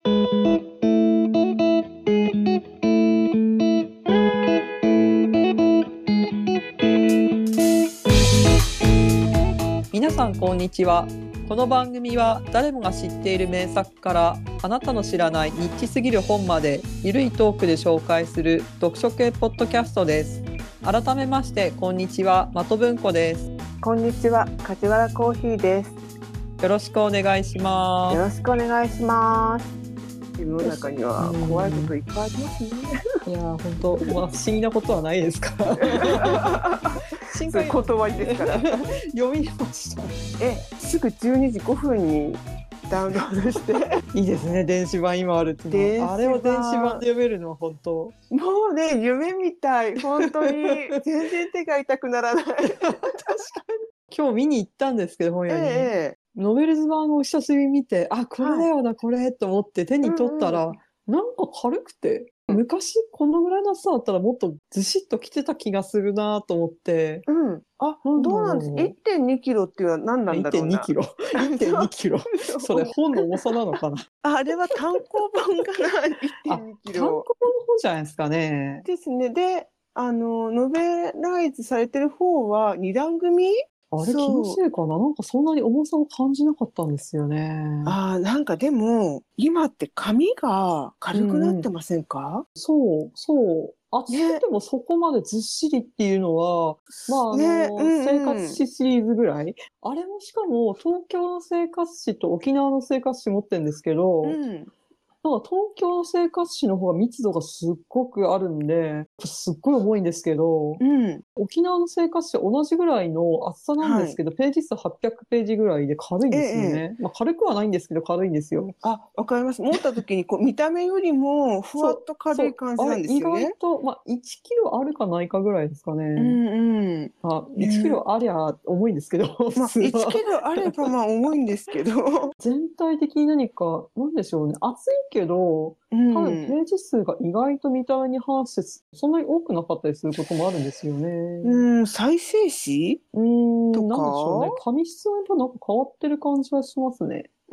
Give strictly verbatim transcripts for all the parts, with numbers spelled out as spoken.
皆さんこんにちは。この番組は誰もが知っている名作からあなたの知らないニッチすぎる本までゆるいトークで紹介する読書系ポッドキャストです。改めましてこんにちは、的文子です。 こんにちは、梶原コーヒーです。 よろしくお願いします。 よろしくお願いします。世の中には怖いこといっぱいありますね。 いや本当、まあ、不思議なことはないですか新海断りですから読みました。 え、すぐじゅうにじごふんにダウンロードしていいですね、電子版今あるっていうのは。あれを電子版で読めるのは本当もうね、夢みたい。本当に全然手が痛くならない確かに今日見に行ったんですけど、本屋に、ええ、ノベルズ版を久しぶりに見て、あ、これだよな、はい、これと思って手に取ったら、うんうん、なんか軽くて、昔このぐらいの厚さだったらもっとずしっときてた気がするなと思って。 うん。あ、どうなんですか。いってんにキロっていうのは何なんだろうな。 いってんにキロ。いってんにキロ。それ本の重さなのかな。 あれは単行本かな。いってんにキロ。 単行本の方じゃないですかね。 ですね。で、あのノベライズされてる方はにだん組。 あれ気のせいかな、なんかそんなに重さを感じなかったんですよね。 あ、なんかでも今って紙が軽くなってませんか？うん、 そうそう。厚くてもそこまでずっしりっていうのは、ね、まああの、ね、うんうん、生活史シリーズぐらい。あれもしかも東京の生活史と沖縄の生活史持ってるんですけど、うん、なんか東京の生活史の方が密度がすっごくあるんで、すっごい重いんですけど、うん、沖縄の生活史同じぐらいの厚さなんですけど、はい、ページ数はっぴゃくページぐらいで軽いんですよね。ええ、まあ、軽くはないんですけど軽いんですよ。 あ、わかります。持った時にこう見た目よりもふわっと軽い感じなんですよね。 意外と、まあ、いちキロあるかないかぐらいですかね。 うんうん。 あ、いちキロありゃ重いんですけど、 まあ、いちキロあればまあ重いんですけど。 全体的に何か、なんでしょうね。厚いけど、多分ページ数が意外と見た目に反してそんなに多くなかったりすることもあるんですよね。 うん、再生紙うーん、とかなんでしょうね。紙質はやっぱなんか変わってる感じはしますね。 うん、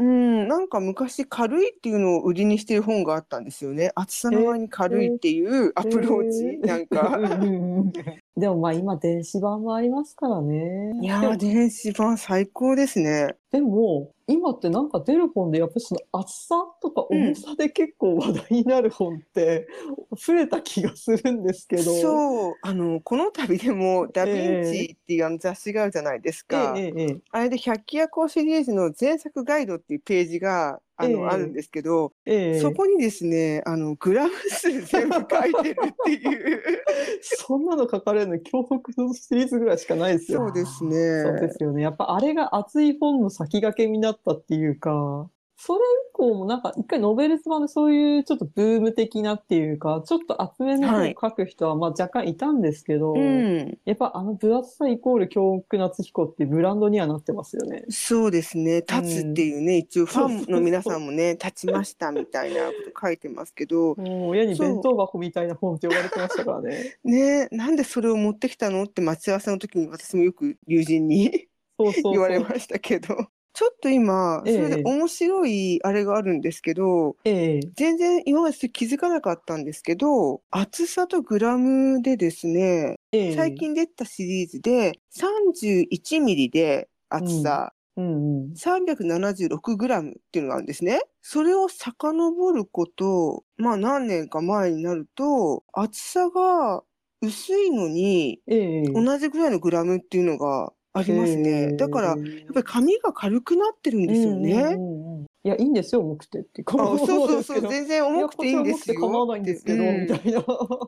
なんか昔軽いっていうのを売りにしてる本があったんですよね。厚さの割に軽いっていうアプローチ、えー、なんかでもまあ今電子版もありますからね。 いやー、電子版最高ですね。 でも今ってなんか出る本でやっぱりその厚さとか重さで結構話題になる本って増えた気がするんですけど、うん、 そうあのこの度でもダヴィンチっていうあの雑誌があるじゃないですか、えーえー、あれで百鬼夜行シリーズの前作ガイドっていうページがあの、えー、あるんですけど、えー、そこにですねあのグラム数全部書いてるっていうそんなの書かれるの京北のシリーズぐらいしかないですよ。 そうですね。 そうですよね。やっぱあれが熱い本の先駆けになったっていうか、それ以降もなんか一回ノベルズ版でそういうちょっとブーム的なっていうか、ちょっと厚めの本を書く人はまあ若干いたんですけど、はい、うん、やっぱあの分厚さイコール京極夏彦っていうブランドにはなってますよね。 そうですね。立つっていうね、うん、一応ファンの皆さんもね、立ちましたみたいなこと書いてますけど。 もう親に弁当箱みたいな本って呼ばれてましたからね。 ね、なんでそれを持ってきたのって待ち合わせの時に私もよく友人に言われましたけど。ちょっと今、それで面白いあれがあるんですけど、ええ、全然今まで気づかなかったんですけど、厚さとグラムでですね、ええ、最近出たシリーズでさんじゅういちミリで厚さ、うんうんうん、さんびゃくななじゅうろくグラムっていうのがあるんですね。それを遡ること、まあ何年か前になると、厚さが薄いのに、ええ、同じぐらいのグラムっていうのがありますね。だから、やっぱり紙が軽くなってるんですよね。うんうんうん、いや、いいんですよ、重くてっていうか。 あ、そうそうそう、全然重くていいんですよ。 構わないんですけど、うん、みたいな。そう。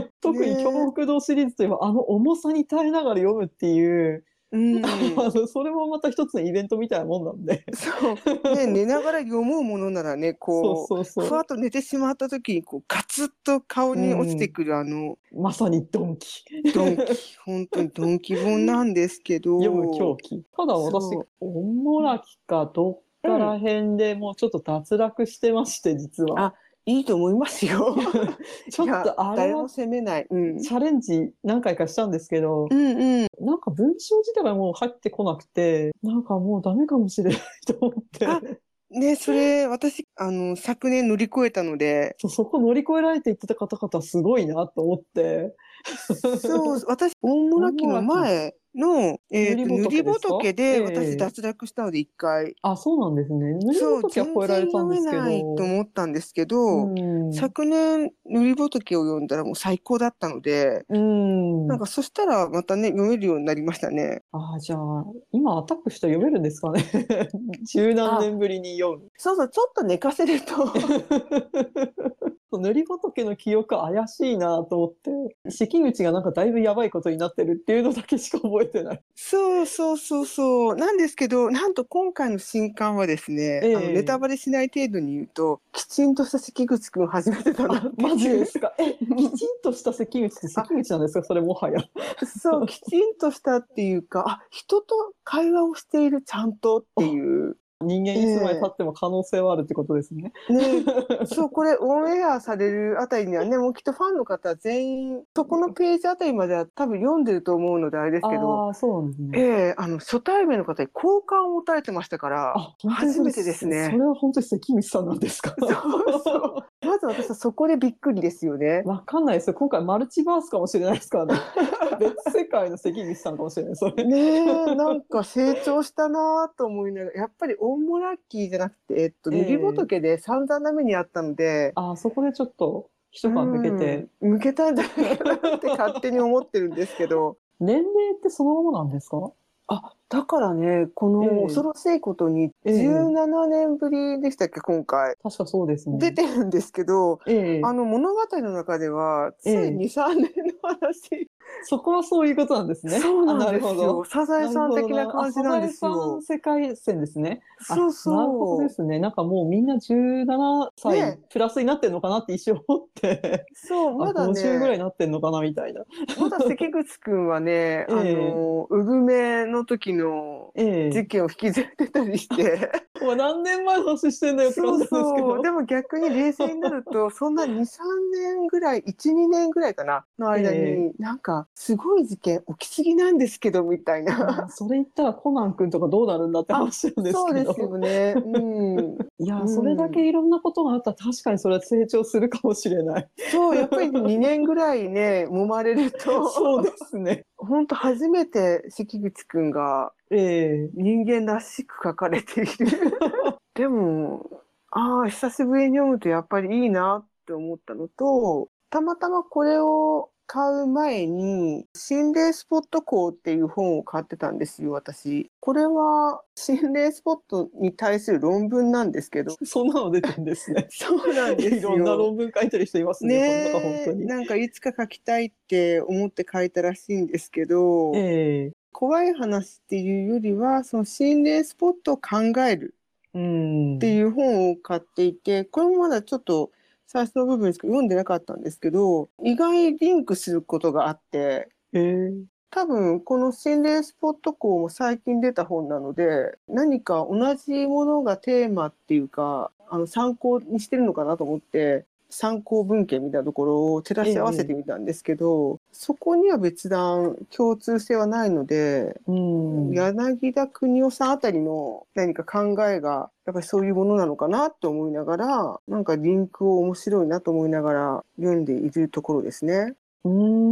特に京北堂シリーズといえば、あの重さに耐えながら読むっていう、うん、それもまた一つのイベントみたいなもんなんで。 そう。ね、寝ながら読むものならね、こう、そうそうそう、ふわっと寝てしまった時に、こう、ガツッと顔に落ちてくる、うん、あの、 まさにドンキ。 ドンキ。本当にドンキ本なんですけど。 読む狂気。ただ私、おもらきかどっから辺でもうちょっと脱落してまして、実は。 あ、いいと思いますよ。 ちょっとあれ誰も責めない、 うん、チャレンジ何回かしたんですけど、うんうん、なんか文章自体がもう入ってこなくて、なんかもうダメかもしれないと思って。 ね、それ、私、あの、昨年乗り越えたので。 そ、そこ乗り越えられていってた方々すごいなと思って。 そう、私、大村家の前の、えっと、塗り塗り仏で、私、 ええ脱落したので、一回。 あ、そうなんですね。塗りそう、 仏は全超えられ然読めたんですけないとど、 思ったんですけうど、 ん、 昨年、塗り仏を読んだらもう最高だったので、 うん。 なんかそしたらまたね、読めるようになりましたね。 ああ、じゃあ、今アタックして読めるんですかね。十何あ、 年ぶりに読む。 そうそう、ちょっと寝かせると塗り仏の記憶怪しいなと思って、関口がなんかだいぶやばいことになってるっていうのだけしか覚えてない。 そうそうそうそう。なんですけど、なんと今回の新刊はですね、あの、ネタええバレしない程度に言うと、きちんとした関口くん初めてだなっあ、マジていう。 ですか。え、きちんとした関口ってあ、 関口なんですかそれもはや。 そう、きちんとしたっていうか、あ、人と会話をしているちゃんとってあ、 いう。 人間えいつまで経えっても可能性はあるってことですね。 ね、そう、これオンエアされるあたりにはね、もうきっとファンの方全員、そこのページあたりまでは多分読んでると思うのであれですけど、 ああ、そうなんですね。 ええあの、初対面の方に好感を持たれてましたから、 あ、本当にそれ、 初めてですそそれね。 は本当に関口さんなんですか？ そうそう。まず私はそこでびっくりですよね。 わかんないですよ。今回マルチバースかもしれないですからね。別世界の関口さんかもしれない、それ。 ねえ、なんか成長したなと思いながら、やっぱりオンモラッキーじゃなくて、えっと、塗りええ仏で散々な目にあったので、 あ、そこでちょっとう一皮むけて。 ん、向けたんじゃないかなって勝手に思ってるんですけど、 年齢ってそのままなんですか？ あ、だからね、この恐ええろしいことにええじゅうななねんぶりでしたっけ、今回。 確かそうですね。 出てるんですけど、あええの物語の中ではえついえに、さんねんの話。 そこはそういうことなんですね。あ、 そうなんなるですよ。 ほど。 サザエなるさん的なほどな。あ、サ感じなんでザエさんすよ。 世界線ですね。あ、 そうなるほどでそすね。なんかもうみんなじゅうななう。 さいね、 プラスになってんのかなって一瞬思って、 そう、 あ、 まだごじゅうぐらいね、 になってんのかなみたいな。 まだ関口くんはね、あええの、産めの時のええ事件を引きずってたりして、 お前何年前の話してんだよって感そうじなんですけそう。でど。 も逆に冷静になると、そんなに、さんねんぐらい、いち、にねんぐらいかな、の間ええに、なんか、すごい事件起きすぎなんですけど、みたいああ、 な。 それ言ったらコナン君とかどうなるんだってあ、 話なんですそうですけど。 よね。うん。 いやー、それだうん。 けいろんなことがあったら確かにそれは成長するかもしれない。 そう、やっぱりにねんぐらいね、揉まれると、 そうですね。 本当初めて関口くんがええ人間らしく書かれている。でも、ああ、久しぶりに読むとやっぱりいいなって思ったのと、たまたまこれを買う前に、心霊スポット校っていう本を買ってたんですよ、私。これは心霊スポットに対する論文なんですけど、 そんなの出てんですね。 そうなんでいろんなすよ。 論文書いてる人いますねね、その中本当え、 に。 なんかいつか書きたいって思って書いたらしいんですけど、 ええ怖い話っていうよりは、その心霊スポットを考えるうってん。 いう本を買っていて、これもまだちょっと最初の部分しか読んでなかったんですけど、意外にリンクすることがあって、 ええ多分この心霊スポット校も最近出た本なので、何か同じものがテーマっていうか、あの参考にしてるのかなと思って、参考文献みたいなところを照らし合わせてええみたんですけど、そこには別段共通性はないので、 うん。 柳田国夫さんあたりの何か考えがやっぱりそういうものなのかなと思いながら、なんかリンクを面白いなと思いながら読んでいるところですね。 うん。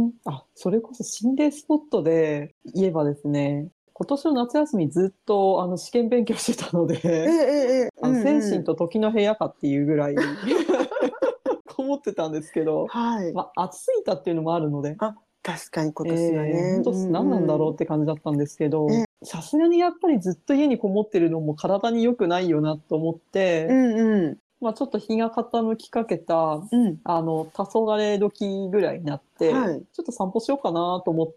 あ、それこそ心霊スポットで言えばですね、今年の夏休みずっとあの試験勉強してたのええで、 ええ、 あの、 うんうん。 精神と時の部屋かっていうぐらい思ってたんですけど、 はい。 まあ、暑すぎたっていうのもあるので、 あ、確かに今え年はえ、 ね。 本当うん何なんだろうん。 うって感じだったんですけど、 ええ、 さすがにやっぱりずっと家にこもってるのも体に良くないよなと思っうて、 んうん。 まあちょっと日が傾きかけた、 うん。 あの、黄昏時ぐらいになって、 はい。 ちょっと散歩しようかなと思って、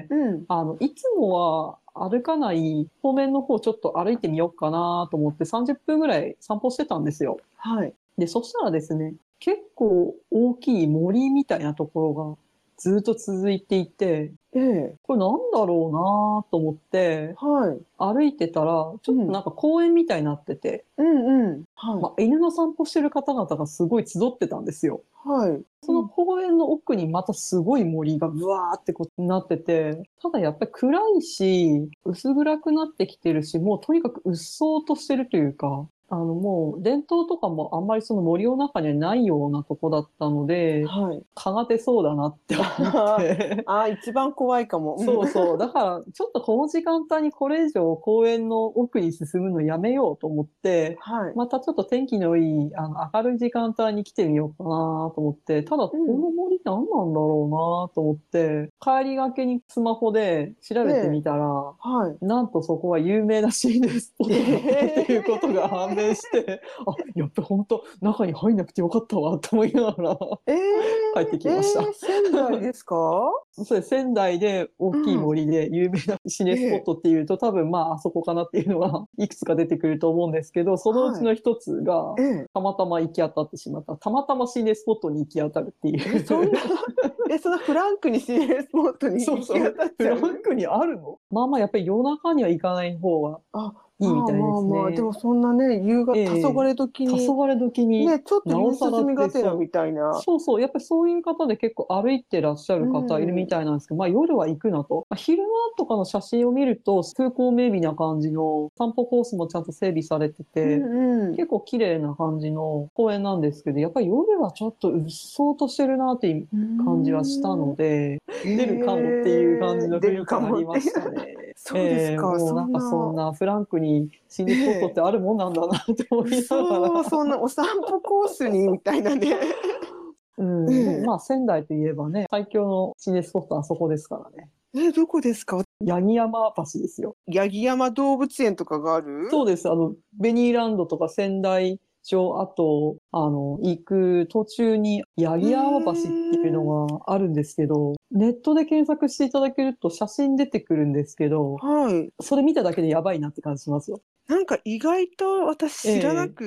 うん。 あの、いつもは歩かない方面の方ちょっと歩いてみようかなと思ってさんじゅっぷんぐらい散歩してたんですよ。 はい。 で、そしたらですね、結構大きい森みたいなところがずっと続いていて、 ええ。 これなんだろうなと思って、 はい。 歩いてたら、ちょっとうん。 なんか公園みたいになってて、 うんうん。はい。 まあ、犬の散歩してる方々がすごい集ってたんですよ。 はい。 その公園の奥にまたすごい森がブワーってこうなってて、ただやっぱり暗いし、薄暗くなってきてるし、もうとにかく鬱蒼としてるというか、 あの、もう伝統とかもあんまりその森の中にはないようなとこだったので、 はい。 蚊が出そうだなって思って。 ああ、一番怖いかも。 そうそう。だから、ちょっとこの時間帯にこれ以上公園の奥に進むのやめようと思って、 はい。 またちょっと天気のいい、あの、明るい時間帯に来てみようかなと思って、ただ、こうん。 の森何なんだろうなと思って、帰りがけにスマホで調えべてみえ。 たら、 はい。 なんとそこは有名な心霊スポットだったっていうことが判明して、あ、やっぱ本当中に入んなくてよかったわと思いながらええ、 帰ってきえました。 え、仙台ですか？ そうです。仙台で大きいうん。 森で有名な心霊スポッええ。 トっていうと、多分まああそこかなっていうのがいくつか出てくると思うんですけど、そのうちはい。 の一つがええ。 たまたま行き当たってしまった。たまたま心霊スポットに行き当たるっていえ、そんな、 う。 え、そんなフランクに心霊スポットに行きそうそう。 当たっフラちゃう？ ンクにあるの？まあまあやっぱり夜中には行かない方があ、 いいみまあたいですまあまあ、でね。 もそんなね、夕方、 え黄え。 昏時に、 黄昏時に、 ね、ちょっとなお夕さらっ涼みがてらてそみたいう。 な。 そうそう、やっぱりそういう方で結構歩いてらっしゃうる方いるみん。 たいなんですけど、まあ夜は行くなと。まあ、昼間とかの写真を見ると、風光明媚な感じの散歩コースもちゃんと整備されてうて、 んうん。 結構綺麗な感じの公園なんですけど、やっぱり夜はちょっとうっそうとしてるなっていううー感じはしたのん。 で、 へ出るかもっていう感じえ、 の出るか雰囲気はあもっていう。 りましたね。 そうですええ、 か、そもうなんかそんんな、 なフランクに心え霊スポットってえ、 あるもんなんだなって思いながそう、そんら。 なお散歩コースにみたいなね。 うえん、でもまえ。 あ仙台といえばね、最強の心霊スポットはあそこですからね。 え、どこですか？ 八木山橋ですよ。 八木山動物園とかがある？ そうです。あの、ベニーランドとか仙台町、あと、あの、行く途中に八へ木山橋っていうえ。 のがあるんですけど、ネットで検索していただけると写真出てくるんですけど、 はい。 それ見ただけでやばいなって感じしますよ。 なんか意外と私知らなええ、 くって、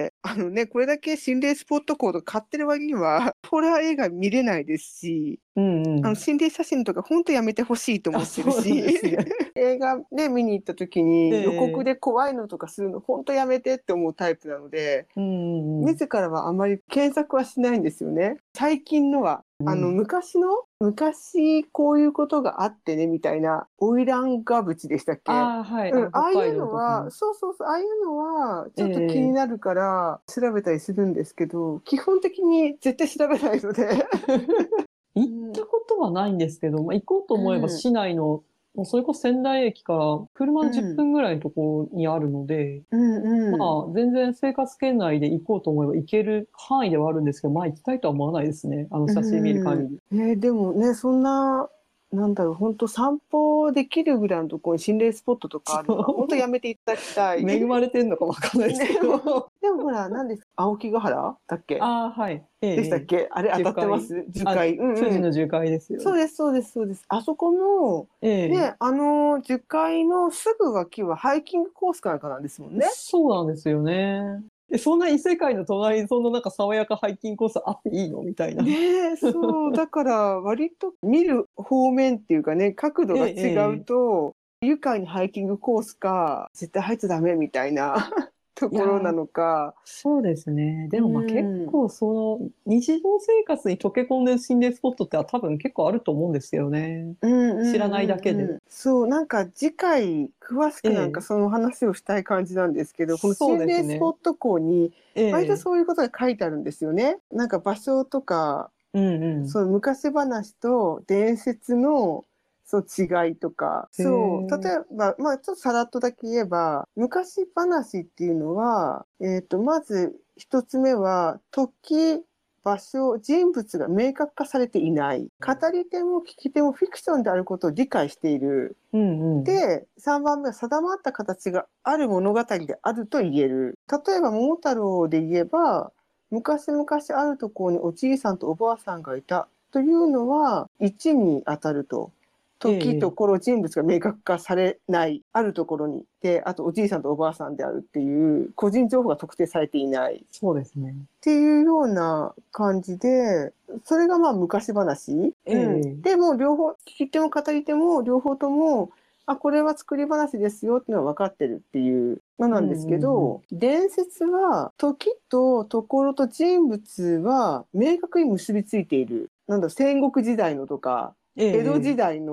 あのね、これだけ心霊スポットコード買ってる割には、ホラー映画見れないですし、あの、 うんうん。 心霊写真とかほんとやめてほしいとあ、 思ってるそうなんし、 ですね。 映画ね、見に行った時えに予告え、 で怖いのとかするのほんとやめてって思うタイプなので、 うんうんうん。 自らはあまり検索はしないんですよね。最近のは、あの、 うん。 昔の昔こういうことがあってねみたいな、花魁が淵でしたっけ？ ああ、はい。 うん、 あ、 ああいう北海道のはとかの。 そうそうそう、ああいうのはちょっと気にええなるから調べたりするんですけど、基本的に絶対調べないので。 行ったうん、 ことはないんですけど、まあ、行こうとう思えばん、 市内の、もうそれこそ仙台駅から車うで10 ん、 分ぐらいのところにあるので、 うんまうん。 あ、全然生活圏内で行こうと思えば行ける範囲ではあるんですけど、まあ行きたいとは思わないですね。あのう写真見るん。 限り。 えーでもね、そんな、なんだろう、本当散歩できるぐらいのところに心霊スポットとかあるのは、本当そやめていただきたう。 い。 恵まれてんのかわかんないですけでもど。 でもほら、なんです青木ヶ原だっけ？ ああ、はい。ええ、 でしたっええ。 け？あれ当たってま樹海。 す？樹あ、 海。うんうん。 富士の樹海ですよね。 そうですそうですそうです。あそこの、 ええ。 ね、あの樹海のすぐ脇はハイキングコースかなんかなんですもんね。 そうなんですよね。え、そんな異世界の隣にそんななんか爽やかハイキングコースあっていいのみたいな。 ねえ、そう、だから割と見る方面っていうかね、角度ええ、 が違うええ。 と、愉快にハイキングコースか、絶対入っちゃダメみたいなといやー、 ころなのか。 そうですね。 うでもまあ結ん。 構その日常生活に溶け込んでる心霊スポットって多分結構あると思うんですよね。 うんうん知らないだうんけで。 うん。そう、なんか次回詳しくなんかええ、 その話をしたい感じなんですけど、このそう心霊スポですね。 ット校にええ、 割とそういうことが書いてあるんですよね。なんか場所とか、 うんうん。 そう昔話と伝説のそう違いとか、 へそう、例え、 えば、まあちょっとさらっとだけ言えば、昔話っていうのは、えっと、まず一つ目は、時、場所、人物が明確化されていない。語り手も聞き手もフィクションであることを理解している。 うんうん。 で、さんばんめは定まった形がある物語であると言える。例えば、桃太郎で言えば、昔々あるところにおじいさんとおばあさんがいたというのは、いちに当たると。 え時、とえ、 ころ、人物が明確化されない、あるところに。で、あとおじいさんとおばあさんであるっていう、個人情報が特定されていない。っそうですね。 ていうような感じで、それがまあ昔話。 えうん。 え、 でも両方、聞き手も語り手も両方とも、あ、これは作り話ですよっていうのは分かってるっていうのうんなんですけうんうん。 ど、伝説は時とところと人物は明確に結びついている。なんだ、戦国時代のとか、 え江戸時え、 代の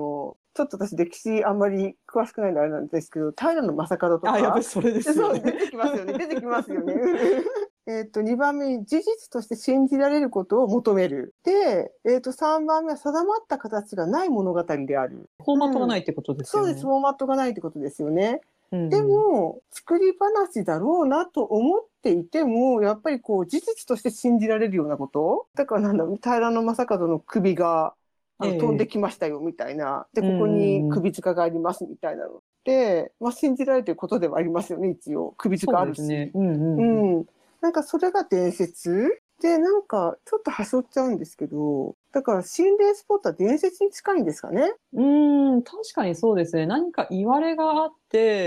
ちょっと私歴史あんまり詳しくないのであれなんですけど、平野正門とか。 あ、やっぱりそれですよね。 そう、出てきますよね。出てきますよね。えっと、にばんめに事実として信じられることを求める。で、えっと、さんばんめは定まった形がない物語である。 フォーマットがないってことですよね。 うん、そうです。フォーマットがないってことですよね。 うん、 でも、作り話だろうなと思っていても、やっぱりこう、事実として信じられるようなこと。だからなんだろう、平野正門の首があの、ええ、飛んできましたよ、みたいな。で、ここに首塚があります、みたいなの。で、まあ、信じられてることではありますよね、一応。首塚あるし。そうですね。うんうんうん。なんかそれが伝説で、なんかちょっとはしょっちゃうんですけど、だから心霊スポットは伝説に近いんですかね。 うーん、確かにそうですね。何か言われがあって、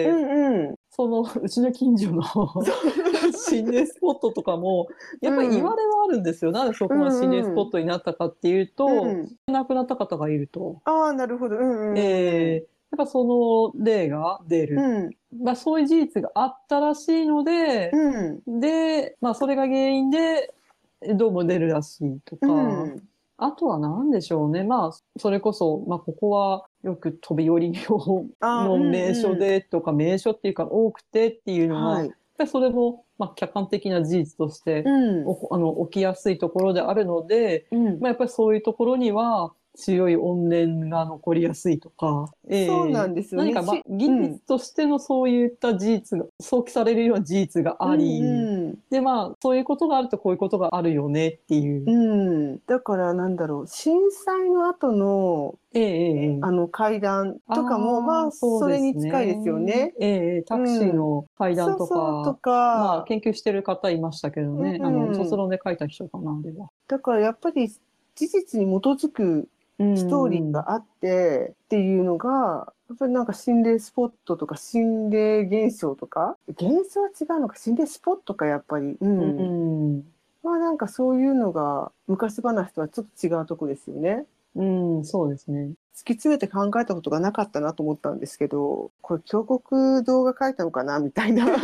うんうん、そのうちの近所の心霊スポットとかも、やっぱり言われはあるんですよ。うん、なんでそこが心霊スポットになったかっていうと、うんうん、亡くなった方がいると。 ああ、なるほど。うんうんうん、 えーやっぱその例が出る。うん、まあそういう事実があったらしいので、うん、で、まあそれが原因でどうも出るらしいとか、うん、あとは何でしょうね。まあそれこそ、まあここはよく飛び降りの名所でとか、名所っていうか多くてっていうのは、はい、やっぱりそれもまあ客観的な事実として、うん、あの起きやすいところであるので、うん、まあやっぱりそういうところには、強い怨念が残りやすいとか、 えー、そうなんですよね。 何か、ま、技術としてのそういった事実が、想起されるような事実があり、うんうん、で、まあ、そういうことがあるとこういうことがあるよねっていう。 うん、だからなんだろう、震災の後の、えー、あの階段とかも、まあ、それに近いですよね。 ええ、タクシーの階段とか、うん、そうそうとか、まあ、研究してる方いましたけどね、うん、あの、卒論で書いた人かな、あれは。 だからやっぱり、事実に基づくストーリーがあってっていうのが、やっぱりなんか心霊スポットとか心霊現象とか、現象は違うのか、心霊スポットか、やっぱり。うん。うん、まあなんかそういうのが昔話とはちょっと違うとこですよね。 うん、そうですね。 突き詰めて考えたことがなかったなと思ったんですけど、これ彫刻動画描いたのかなみたいな。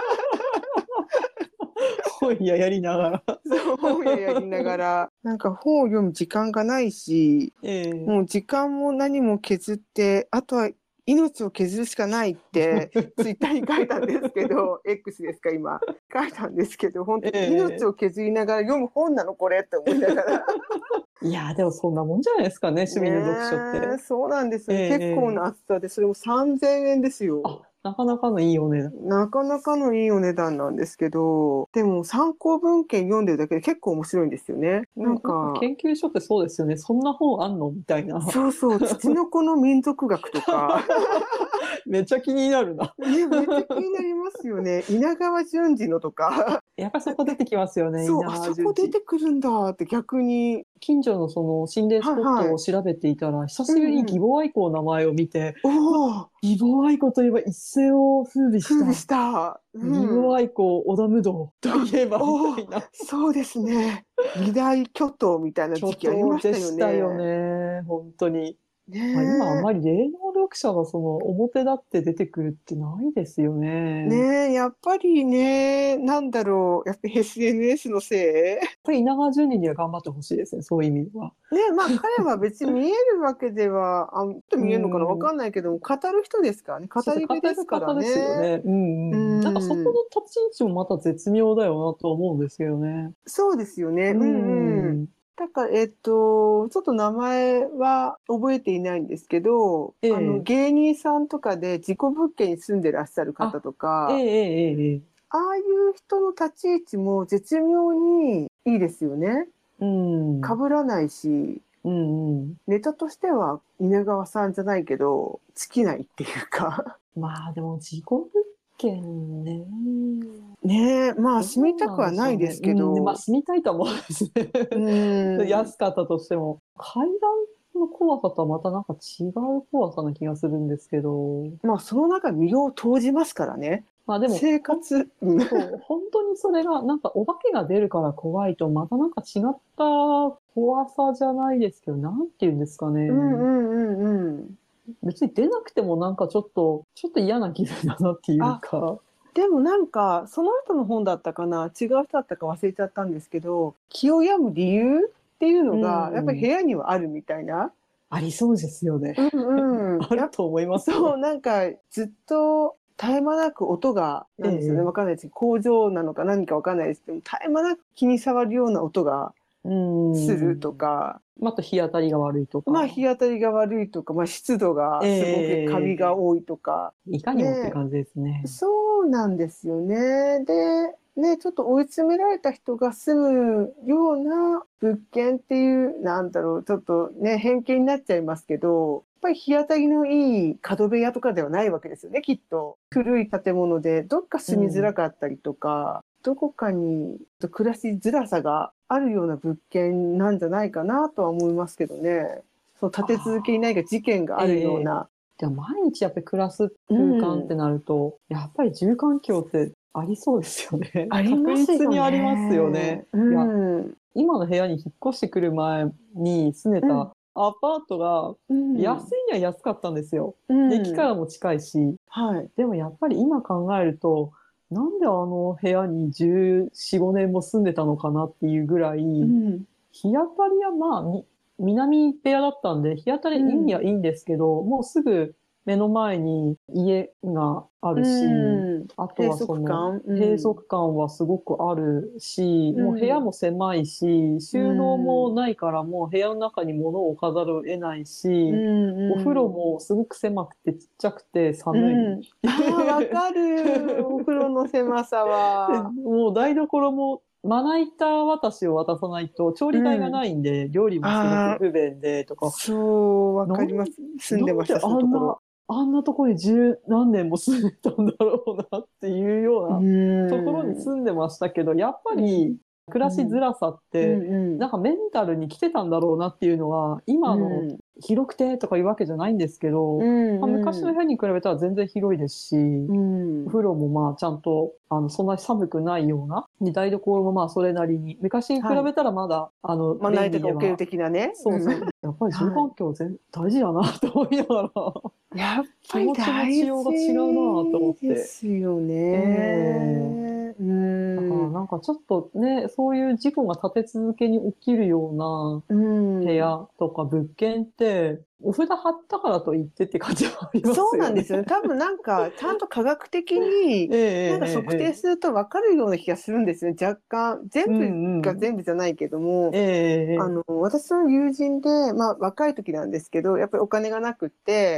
本屋やりながら。 そう、本屋やりながら。なんか本を読む時間がないし、えー、もう時間も何も削って、あとは命を削るしかないって、ツイッターに書いたんですけど、X ですか、今。書いたんですけど、本当に命を削りながら読む本なのこれって思いながら。 いやでもそんなもんじゃないですかね、趣味の読書って。 そうなんですよ、えー、結構な厚さで、それもさんぜんえんですよ。 あ、なかなかのいいお値段。 なかなかのいいお値段なんですけど、でも参考文献読んでるだけで結構面白いんですよね。 なんか、研究所ってそうですよね。そんな本あんのみたいな。 そうそう、ツチノコの民族学とか。 めっちゃ気になるな。 ね、めっちゃ気になりますよね。稲川淳二のとか。 やっぱそこ出てきますよね。 そう、あそこ出てくるんだって逆に。 近所のその心霊スポットを調べていたら、はいはい、久しぶりに義母愛子の名前を見て、うんうん、義母愛子といえば一世を風靡した。 風靡した。 うん、義母愛子、織田無道といえばみたいな。 そうですね。二大巨頭みたいな時期ありましたよね。 巨頭でしたよね。本当に。ね、まあ、今あんまり霊能力者がその表立って出てくるってないですよね。 ねえ、やっぱりね、なんだろう、やっぱり エスエヌエス のせいやっぱり稲川淳二には頑張ってほしいですね、そういう意味では。 ね、まあ彼は別に見えるわけでは、あ、ちょっと見えるのかなわかんないけども、語る人ですからね、語り部ですからね。 ですよね。うんうん。なんかそこの立ち位置もまた絶妙だよなと思うんですけどね。 そうですよね。うんうん。だから、えっと、ちょっと名前は覚えていないんですけど、ええ、あの芸人さんとかで自己物件に住んでらっしゃる方とか、あ、ええええ、ああいう人の立ち位置も絶妙にいいですよね。うん。被らないし、うんうん、ネタとしては稲川さんじゃないけど、尽きないっていうか。 まあでも自己物件ね。 ねえ、まあ住みたくはないですけど。 うん、まあ住みたいとは思うんですね。うん安かったとしても。階段の怖さとはまたなんか違う怖さな気がするんですけど。 まあその中身を投じますからね。まあでも生活、 そう、本当にそれがなんかお化けが出るから怖いとまたなんか違った怖さじゃないですけど、なんて言うんですかね。うんうんうんうん。別に出なくてもなんかちょっと、ちょっと嫌な気分だなっていうか。 でもなんか、その人の本だったかな、違う人だったか忘れちゃったんですけど、気を病む理由っていうのが、やっぱり部屋にはあるみたいな。 ありそうですよね。 うんうん。 あると思いますよ。 そう、なんかずっと絶え間なく音が、なんですよね、わかんないです。工場なのか何かわかんないですけど、絶え間なく気に障るような音がするとか。 また日当たりが悪いとか。 まあ日当たりが悪いとか、まあ湿度がすごくカビが多いとか。 えー、いかにもって感じですね。 そうなんですよね。で、ね、ちょっと追い詰められた人が住むような物件っていう、なんだろう、ちょっとね、偏見になっちゃいますけど、やっぱり日当たりのいい角部屋とかではないわけですよね、きっと。古い建物でどっか住みづらかったりとか、うん、どこかに暮らしづらさがあるような物件なんじゃないかなとは思いますけどね。そう立て続けに何か事件があるような。 でも毎日やっぱり暮らす空間ってなると、うん、やっぱり住環境ってありそうですよね。 ありますよね。 確実にありますよね。 うん、 いや、今の部屋に引っ越してくる前に住んでたアパートが安いには安かったんですよ。うん、駅からも近いし、はい。でもやっぱり今考えると、なんであの部屋にじゅうよん、ごねんも住んでたのかなっていうぐらい、うん、日当たりはまあ、南部屋だったんで、日当たりいいにはいいんですけど、うん、もうすぐ目の前に家があるし、うん、あとはその閉塞感はすごくあるし、うん、もう部屋も狭いし、収納もないからもう部屋の中に物を置かざるを得ないし、うん、お風呂もすごく狭くてちっちゃくて寒い。うん、 ああ、わかる。お風呂の狭さは。 もう台所もまな板渡しを渡さないと調理台がないんで、うん、料理もすごく不便でとか。 そう、わかります。住んでました、そのところ。 あんなところに十何年も住んでたんだろうなっていうようなところに住んでましたけど、やっぱり暮らしづらさって、なんかメンタルに来てたんだろうなっていうのは、今の広くてとかいうわけじゃないんですけど、まあ、昔の部屋に比べたら全然広いですし、お風呂もまあちゃんとあのそんなに寒くないような、台所もまあそれなりに、昔に比べたらまだ、はい、あの、 まな板が置ける的なね。 そうそう。やっぱり住環境全、はい、大事だなと思いながら。 やっぱり大事ですよね。 えー、うんだからなんかちょっとね、そういう事故が立て続けに起きるような部屋とか物件って、お札貼ったからと言ってって感じはありますよね。 そうなんですよね。多分なんか、ちゃんと科学的に、なんか測定すると分かるような気がするんですよね。若干。全部が全部じゃないけども、えー、あの、私の友人で、まあ若い時なんですけど、やっぱりお金がなくって、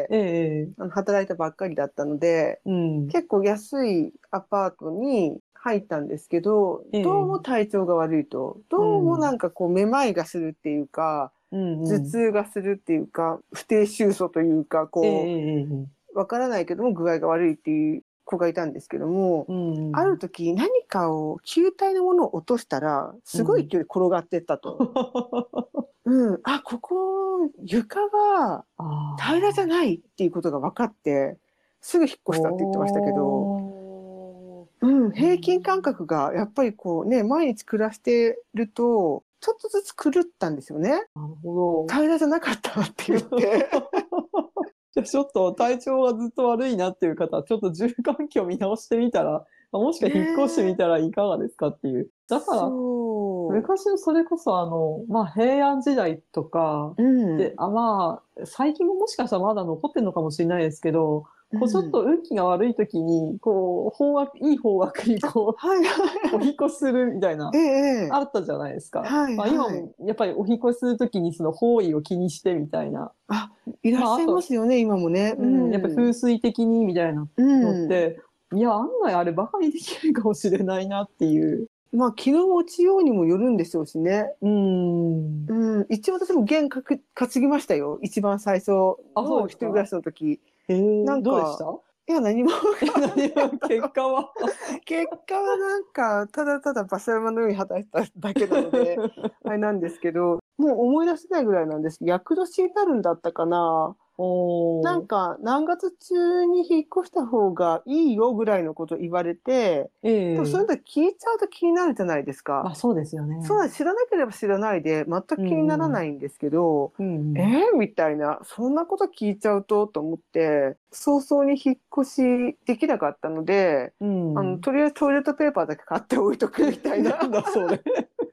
えー、あの働いたばっかりだったので、うん、結構安いアパートに入ったんですけど、えー、どうも体調が悪いと。どうもなんかこうめまいがするっていうか、うんうん、頭痛がするっていうか、不定収束というか、こう、えー、わからないけども具合が悪いっていう子がいたんですけども、うんうん、ある時何かを球体のものを落としたら、すごい勢いで転がってったと。うん、あ、ここ、床が平らじゃないっていうことが分かって、すぐ引っ越したって言ってましたけど、うん、平均感覚がやっぱりこうね、毎日暮らしてると、ちょっとずつ狂ったんですよね。なるほど。平らじゃなかったって言って。 じゃあちょっと体調がずっと悪いなっていう方は、ちょっと住環境見直してみたら、もしくは引っ越してみたらいかがですかっていう。だから、昔のそれこそあの、まあ平安時代とか、うん、であまあ、最近ももしかしたらまだ残ってるのかもしれないですけど、こうちょっと運気が悪い時に、こう、方角、いい方角にこう、はいはい、お引越しするみたいな、ええ、あったじゃないですか。はいはい、まあ、今もやっぱりお引越しする時にその方位を気にしてみたいな。 あ、いらっしゃいますよね、まあ、今もね。 うん、やっぱり風水的にみたいなのって、うん、いや、案外あれバカにできないかもしれないなっていう。 まあ、気の落ちようにもよるんでしょうしね。うん。うん。一応私も弦かく担ぎましたよ。一番最初の一人暮らしの時。 えー、なんかどうでした？ いや、何も。 何も結果は結果はなんか、ただただ馬車馬のように働いただけなので、あれなんですけど、もう思い出せないぐらいなんです。厄年になるんだったかな。なんか何月中に引っ越した方がいいよぐらいのこと言われて、えー、でもそういうの聞いちゃうと気になるじゃないですか。 まあそうですよね。 そう知らなければ知らないで全く気にならないんですけど、うんうん、えー、みたいな、そんなこと聞いちゃうとと思って、早々に引っ越しできなかったので、うん、あのとりあえずトイレットペーパーだけ買って置いとくみたいな。 なんだそれ。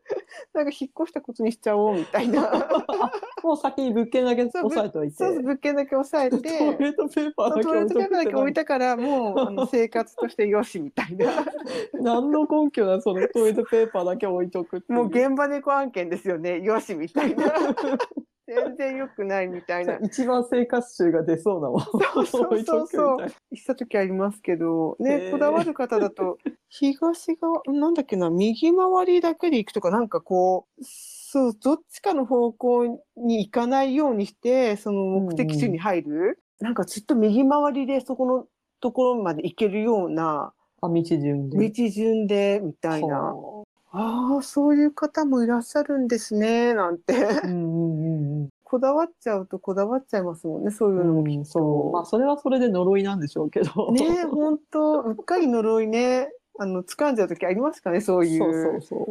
なんか引っ越したことにしちゃおうみたいな。 もう先に物件だけ押さえといて。 そうそう、物件だけ押さえて。 トイレットペーパーだけトイレットペーパーだけ置いたから、もうあの生活としてよしみたいな。 何の根拠だ、そのトイレットペーパーだけ置いとくっていう。 もう現場猫案件ですよね。よしみたいな。全然良くないみたいな。 一番生活臭が出そうなもん。 そうそうそうそう。した時ありますけど、ね、こだわる方だと、東側、なんだっけな、右回りだけで行くとか、なんかこう、そう、どっちかの方向に行かないようにして、その目的地に入る。うんうん、なんかずっと右回りでそこのところまで行けるような。 あ、道順で。 道順で、みたいな。ああ、そういう方もいらっしゃるんですね、なんて。うんうんうん、こだわっちゃうとこだわっちゃいますもんね、そういうのもきっと。うん、 そう。まあ、それはそれで呪いなんでしょうけど。 ねえ、ほんと、うっかり呪いね、あの、掴んじゃう時ありますかね、そういう。 そうそうそう。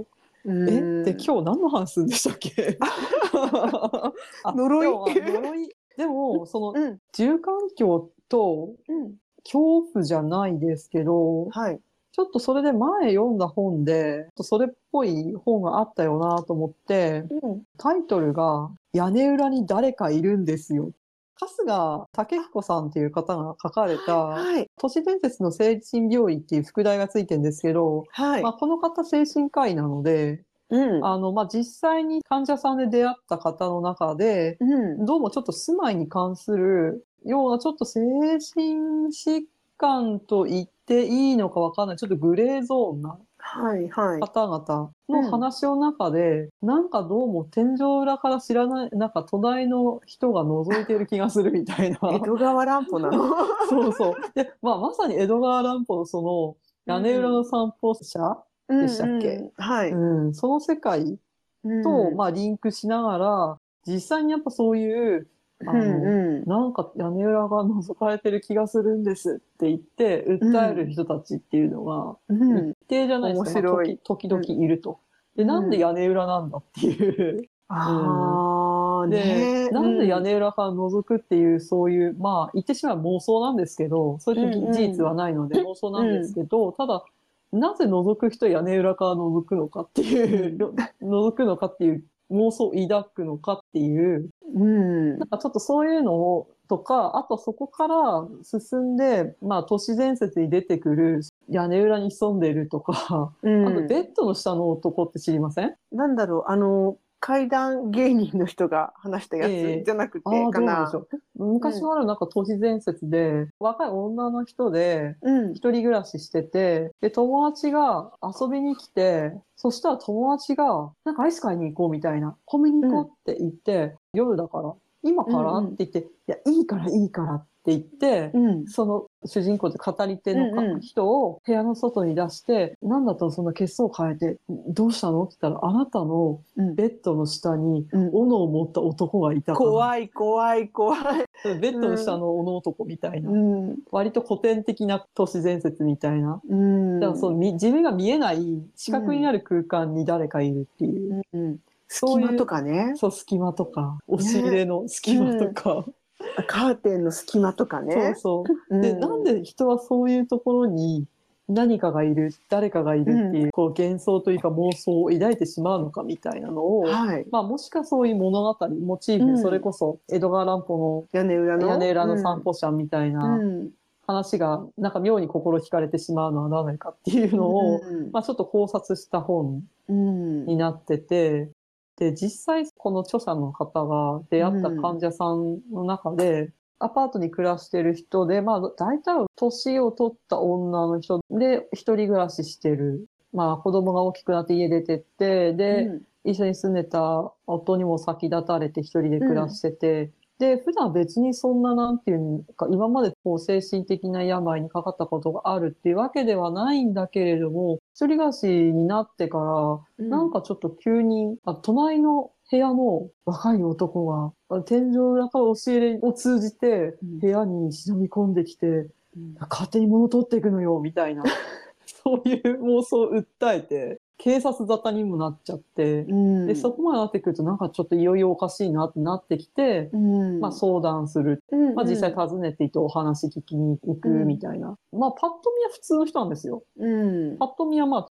え、で、今日何の話するんでしたっけ？ 呪い呪い。でも、その、うん、住環境と、恐怖じゃないですけど、はい。ちょっとそれで前読んだ本で、それっぽい本があったよなと思って、うん、タイトルが、屋根裏に誰かいるんですよ。春日武彦さんっていう方が書かれた、はい、都市伝説の精神病院っていう副題がついてるんですけど、はい、まあ、この方精神科医なので、うん、あの、まあ、実際に患者さんで出会った方の中で、うん、どうもちょっと住まいに関するようなちょっと精神疾患と言っていいのかわかんない、ちょっとグレーゾーンな方々の話の中で、うん、なんかどうも天井裏から知らない、なんか隣の人が覗いている気がするみたいな。 江戸川乱歩なのそうそう。で、まあ、まさに江戸川乱歩のその屋根裏の散歩者でしたっけ、うんうん、はい、うん。その世界と、まあ、リンクしながら、実際にやっぱそういう、あの、うんうん、なんか屋根裏が覗かれてる気がするんですって言って、訴える人たちっていうのが、一定じゃないですか。うん、まあ、時々いると。で、なんで屋根裏なんだっていう。あうん、で、ね、なんで屋根裏から覗くっていう、そういう、まあ、言ってしまう妄想なんですけど、そういう事実はないので妄想なんですけど、ただ、なぜ覗く人屋根裏から覗くのかっていう、覗くのかっていう妄想を抱くのかっていう、うん、なんかちょっとそういうのをとか、あとそこから進んで、まあ都市伝説に出てくる屋根裏に潜んでるとか、うん、あとベッドの下の男って知りません？ なんだろう、あの、怪談芸人の人が話したやつじゃなくてかな。えー、あどうなんでしょう。昔のあるなんか都市伝説で、うん、若い女の人で、一人暮らししてて、で、友達が遊びに来て、そしたら友達が、なんかアイス買いに行こうみたいな、コンビニ行こうって言って、うん、夜だから、今から、うんうん、って言って、いや、いいからいいからって言って、うん、その主人公で語り手の、うんうん、人を部屋の外に出して、なんだとその血相を変えて、どうしたのって言ったら、あなたのベッドの下に斧を持った男がいたから。 怖い怖い怖い。 ベッドの下の斧男みたいな、うん。割と古典的な都市伝説みたいな。うん、だからその自分が見えない視覚になる空間に誰かいるっていう。うんうん、 隙間とかね。 そう、隙間とか。押し入れの隙間とか。ねうん、カーテンの隙間とかね。 そうそう。で、うん、なんで人はそういうところに何かがいる、誰かがいるっていう、うん、こう幻想というか妄想を抱いてしまうのかみたいなのを、はい、まあもしかそういう物語、モチーフ、うん、それこそ江戸川乱歩の屋根裏の屋根裏の散歩者みたいな話が、なんか妙に心惹かれてしまうのは何かっていうのを、うん、まあちょっと考察した本になってて、で、実際この著者の方が出会った患者さんの中で、うん、アパートに暮らしてる人で、まあ大体年を取った女の人で一人暮らししてる。まあ子供が大きくなって家出てって、で、うん、一緒に住んでた夫にも先立たれて一人で暮らしてて、うんで、普段別にそんななんていうか、今までこう精神的な病にかかったことがあるっていうわけではないんだけれども、一人暮らしになってから、うん、なんかちょっと急に、あ、隣の部屋の若い男が、天井裏から押し入れを通じて、部屋に忍び込んできて、うん、勝手に物取っていくのよ、みたいな。そういう妄想を訴えて、警察沙汰にもなっちゃって、うん、で、そこまでなってくるとなんかちょっといよいよおかしいなってなってきて、うん、まあ相談する。うんうん、まあ実際訪ねていてお話聞きに行くみたいな。うん、まあパッと見は普通の人なんですよ。うん、パッと見はまあ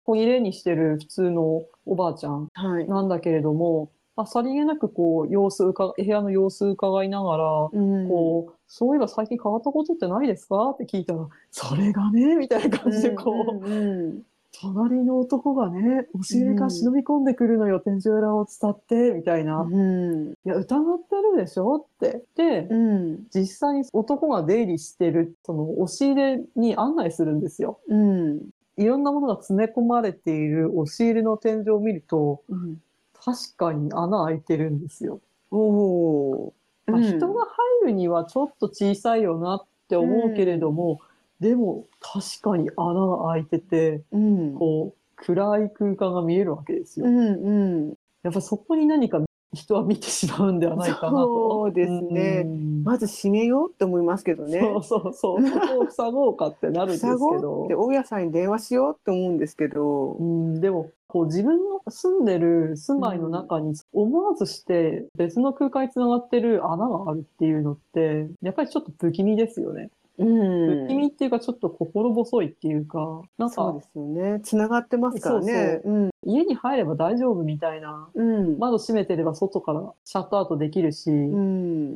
こう入れにしてる普通のおばあちゃんなんだけれども、はい、まあ、さりげなくこう様子うか部屋の様子伺いながら、うん、こうそういえば最近変わったことってないですかって聞いたら、それがねみたいな感じでこう、うんうんうん、隣の男がね押し入れから忍び込んでくるのよ、うん、天井裏を伝ってみたいな、うん、いや疑ってるでしょってで、うん、実際に男が出入りしてるその押し入れに案内するんですよ。うん、いろんなものが詰め込まれている押し入れの天井を見ると、うん、確かに穴開いてるんですよ。おー、まあ、人が入るにはちょっと小さいよなって思うけれども、うん、でも確かに穴が開いてて、うん、こう暗い空間が見えるわけですよ。うんうん、やっぱそこに何か人は見てしまうんではないかなと。 そうですね。うん、まず閉めようって思いますけどね。 そうそうそう。そこを塞ごうかってなるんですけど。塞ごうって大家さんに電話しようって思うんですけど。 うん、でもこう自分の住んでる住まいの中に思わずして別の空間につながってる穴があるっていうのってやっぱりちょっと不気味ですよね。うん、不気味っていうかちょっと心細いっていうか、なんかそうですよね。つながってますからね。 そうそう、うん、家に入れば大丈夫みたいな、うん、窓閉めてれば外からシャットアウトできるし、うん、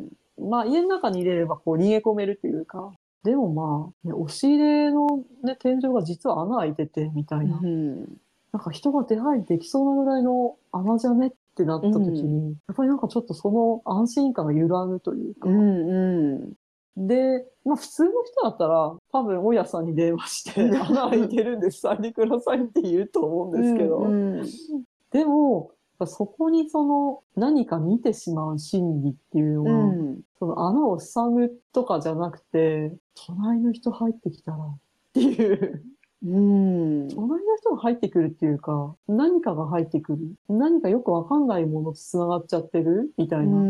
まあ家の中に入れればこう逃げ込めるっていうか、でもまあ、ね、押し入れの、ね、天井が実は穴開いててみたいな、うん、なんか人が出入りできそうなぐらいの穴じゃねってなった時に、うん、やっぱりなんかちょっとその安心感が揺らぐというか、うんうん、で、まあ普通の人だったら多分大家さんに電話して穴開いてるんで塞いでくださいって言うと思うんですけど、うんうん、でもそこにその何か見てしまう心理っていうのは、うん、その穴を塞ぐとかじゃなくて隣の人入ってきたらっていううん、隣の人が入ってくるっていうか、何かが入ってくる。何かよくわかんないものと繋がっちゃってるみたいな。うん、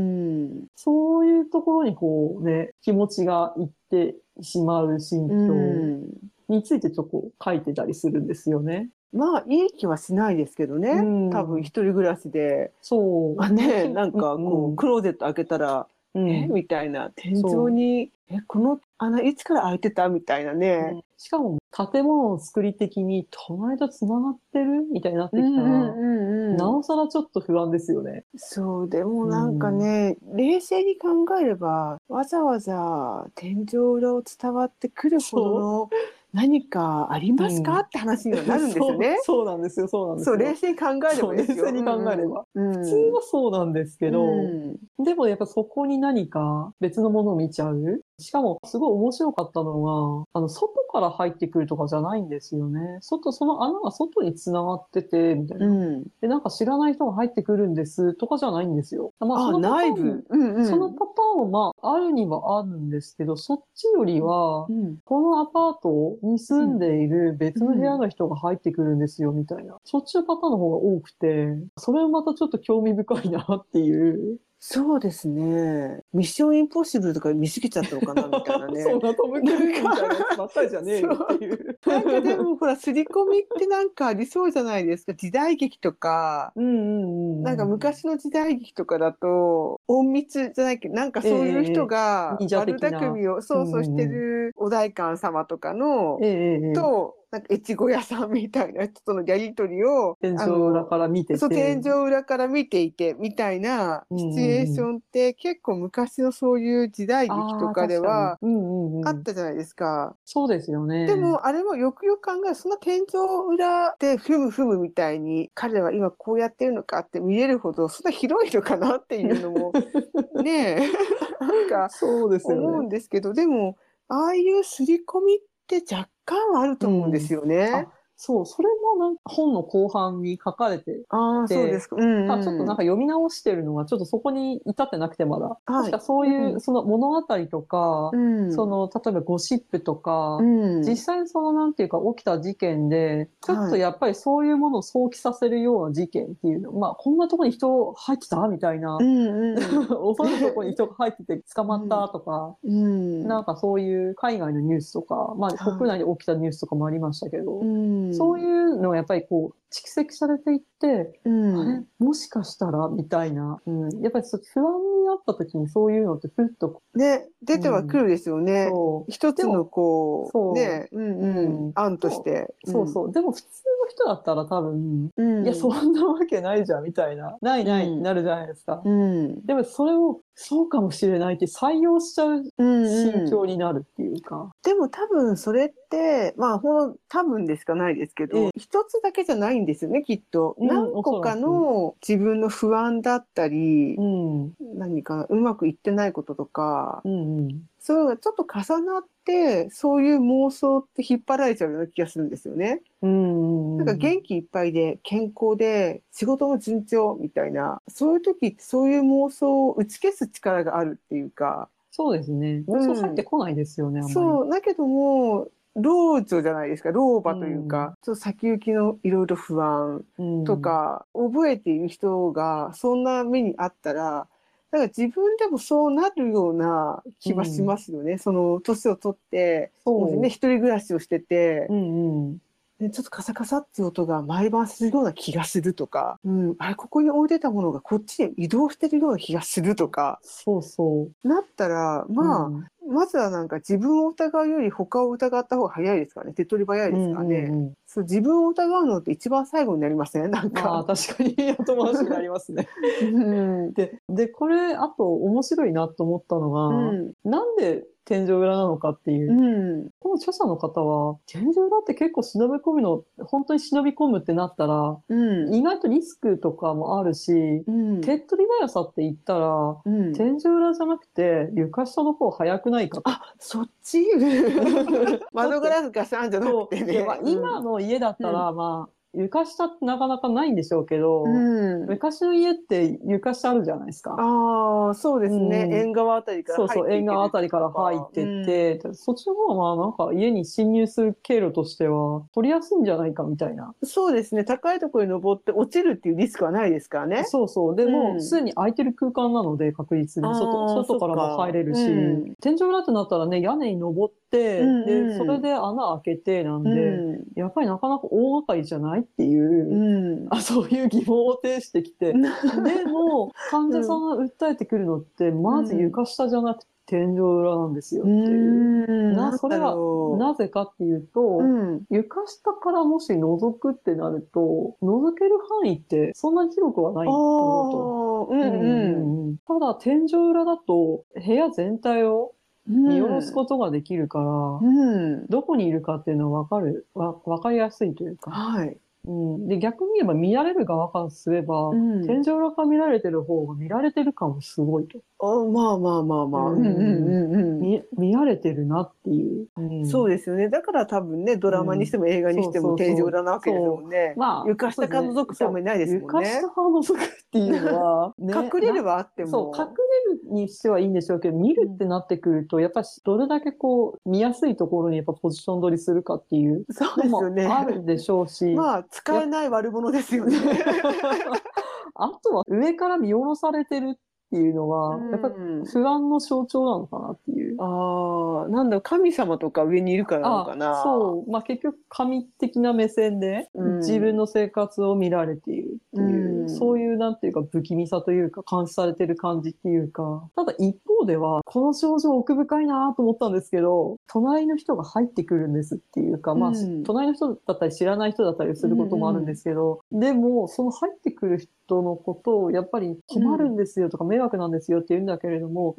そういうところにこうね、気持ちがいってしまう心境についてちょっと書いてたりするんですよね。 まあ、いい気はしないですけどね。うん、多分一人暮らしで。そう。まあね、なんかこう、うん、クローゼット開けたら、うん、えみたいな。天井に、え、この穴いつから開いてたみたいなね。うん、 しかも、建物の作り的に隣と繋がってるみたいになってきたら、うんうんうんうん、なおさらちょっと不安ですよね。 そう、でもなんかね、うん、冷静に考えれば、わざわざ天井裏を伝わってくるほどの何かありますか、うん、って話にはなるんですよね。 そう、そうなんですよ、そうなんですよ。 そう、冷静に考えればですよ。 冷静に考えれば、うんうん。普通はそうなんですけど、うん、でもやっぱそこに何か別のものを見ちゃう。しかもすごい面白かったのが、あの、外から入ってくるとかじゃないんですよね。外、その穴が外に繋がってて、みたいな、うん。で、なんか知らない人が入ってくるんですとかじゃないんですよ。まあ、そのパターンも、うんうん、そのパターンもまあ、あるにはあるんですけど、そっちよりは、うん、このアパートに住んでいる別の部屋の人が入ってくるんですよ、みたいな。そっちのパターンの方が多くて、それはまたちょっと興味深いなっていう。 そうですね。ミッションインポッシブルとか見すぎちゃったのかなみたいなね。 そうな、トム・クルーズみたいなやつばっかりじゃねえよっていう。 なんかでもほら、刷り込みってなんかありそうじゃないですか。時代劇とか。うんうんうん、なんか昔の時代劇とかだと、隠密じゃないけど、なんかそういう人が悪巧みを、そうそうしてるお代官様とかの、えー、と、なんか越後屋さんみたいな人とのやりとりを天井裏から見てて、 そう天井裏から見ていてみたいなシチュエーションって結構昔のそういう時代劇とかではあったじゃないですか。 そうですよね。 でもあれもよくよく考えるその天井裏でふむふむみたいに彼は今こうやってるのかって見えるほどそんな広いのかなっていうのもねえなんか思うんですけど、でもああいう刷り込みって若干はあると思うんですよね。 そう、それもなんか本の後半に書かれてて、 あ、そうですか。うんうん、 ちょっとなんか読み直してるのが、ちょっとそこに至ってなくてまだ。はい、確かそういう、うん、その物語とか、うん、その、例えばゴシップとか、うん、実際にそのなんていうか起きた事件で、ちょっとやっぱりそういうものを想起させるような事件っていうの、まあ、こんなとこに人入ってたみたいな、うんうん、恐れるとこに人が入ってて捕まったとか、うん、なんかそういう海外のニュースとか、まあ、国内で起きたニュースとかもありましたけど、うんそういうのがやっぱりこう蓄積されていって、うん、あれもしかしたらみたいな、うん、やっぱり不安にななった時にそういうのってふっと。 ね、出てはくるですよね。 そう。 一つのこう、 そうね、うんうん、案として。 そうそう。でも普通の人だったら多分、 うん、 いや、そんなわけないじゃん、みたいな。ないないってなるじゃないですか。 うん、 でもそれを、そうかもしれないって採用しちゃう心境になるっていうか。 うんうん、でも多分それって、まあ、ほん、多分でしかないですけど、一、ええ、つだけじゃないんですよね、きっと。うん、何個かの自分の不安だったり、うん、何かうまくいってないこととか、うんうん、そういうのがちょっと重なって、そういう妄想って引っ張られちゃうような気がするんですよね。うん、なんか元気いっぱいで健康で仕事も順調みたいな、そういう時ってそういう妄想を打ち消す力があるっていうか。 そうですね。妄想入ってこないですよね、うん、あんまり。 そう、だけども、老女じゃないですか、老婆というか、うん、ちょっと先行きのいろいろ不安とか、うん、覚えている人がそんな目にあったら、だから自分でもそうなるような気はしますよね。うん、その年を取って、もしね、一人暮らしをしてて、うんうんね、ちょっとカサカサっていう音が毎晩するような気がするとか、うん、あれ、ここに置いてたものがこっちへ移動してるような気がするとか、 そうそう。 なったら、まあ、うん、まずはなんか自分を疑うより他を疑った方が早いですからね。手っ取り早いですからね。うんうんうん、そう、自分を疑うのって一番最後になりません？なんか。 まあ、確かに後回しになりますね。うん、で、で、これ、あと面白いなと思ったのが、うん、なんで天井裏なのかっていう。うん、この著者の方は、天井裏って結構忍び込むの、本当に忍び込むってなったら、うん、意外とリスクとかもあるし、うん、手っ取り早さって言ったら、うん、天井裏じゃなくて床下の方早くないかと。 あ、そっち窓ガラスガシャンじゃなくてね。 まあ、今の家だったら、まあ、床下ってなかなかないんでしょうけど、うん、昔の家って床下あるじゃないですか。 ああ、そうですね。うん、縁側あたりから入ってそうそう、縁側あたりから入ってって、うん、そっちの方がまあなんか家に侵入する経路としては取りやすいんじゃないかみたいな。 そうですね。高いところに登って落ちるっていうリスクはないですからね。 そうそう。でも、すで、うん、に空いてる空間なので確実に外、外からも入れるし、うん、天井裏ってなったらね、屋根に登って、うんうん、で、それで穴開けてなんで、うん、やっぱりなかなか大掛かりじゃないっていう、うん、あ、そういう疑問を呈してきて、でも、患者さんが訴えてくるのって、まず床下じゃなくて天井裏なんですよっていう。うん、な、それはなぜかっていうと、うん、床下からもし覗くってなると、覗ける範囲ってそんなに広くはないと思うと。うんうんうん、ただ天井裏だと部屋全体を見下ろすことができるから、うん、どこにいるかっていうのはわかる、わ、わかりやすいというか。はい。うん、で、逆に言えば見られる側からすれば、うん、天井裏から見られてる方が見られてる感もすごいと。 あ、まあまあまあまあ。うんうんうんうん。 見、見られてるなっていう、 うん。そうですよね。だから多分ね、ドラマにしても映画にしても天井裏なわけですもんね。まあ、床下から覗くってあんまりないですもんね。 床下から覗くっていうのは、 ね、隠れればあっても。 そう、隠れるにしてはいいんでしょうけど、見るってなってくると、やっぱりどれだけこう、見やすいところにやっぱポジション取りするかっていうのもあるでしょうし。 まあ、使えない悪者ですよね。 あとは上から見下ろされてるっていうのは、やっぱり不安の象徴なのかなっていう。 ああ、なんだろう、神様とか上にいるからなのかな。 そう。まあ結局神的な目線で自分の生活を見られているっていう、うん、そういうなんていうか不気味さというか監視されてる感じっていうか、ただ一方ではこの症状奥深いなと思ったんですけど、隣の人が入ってくるんですっていうか、まあ、うん、隣の人だったり知らない人だったりすることもあるんですけど、うんうん、でもその入ってくる人のことをやっぱり困るんですよとか迷惑なんですよって言うんだけれども、うん、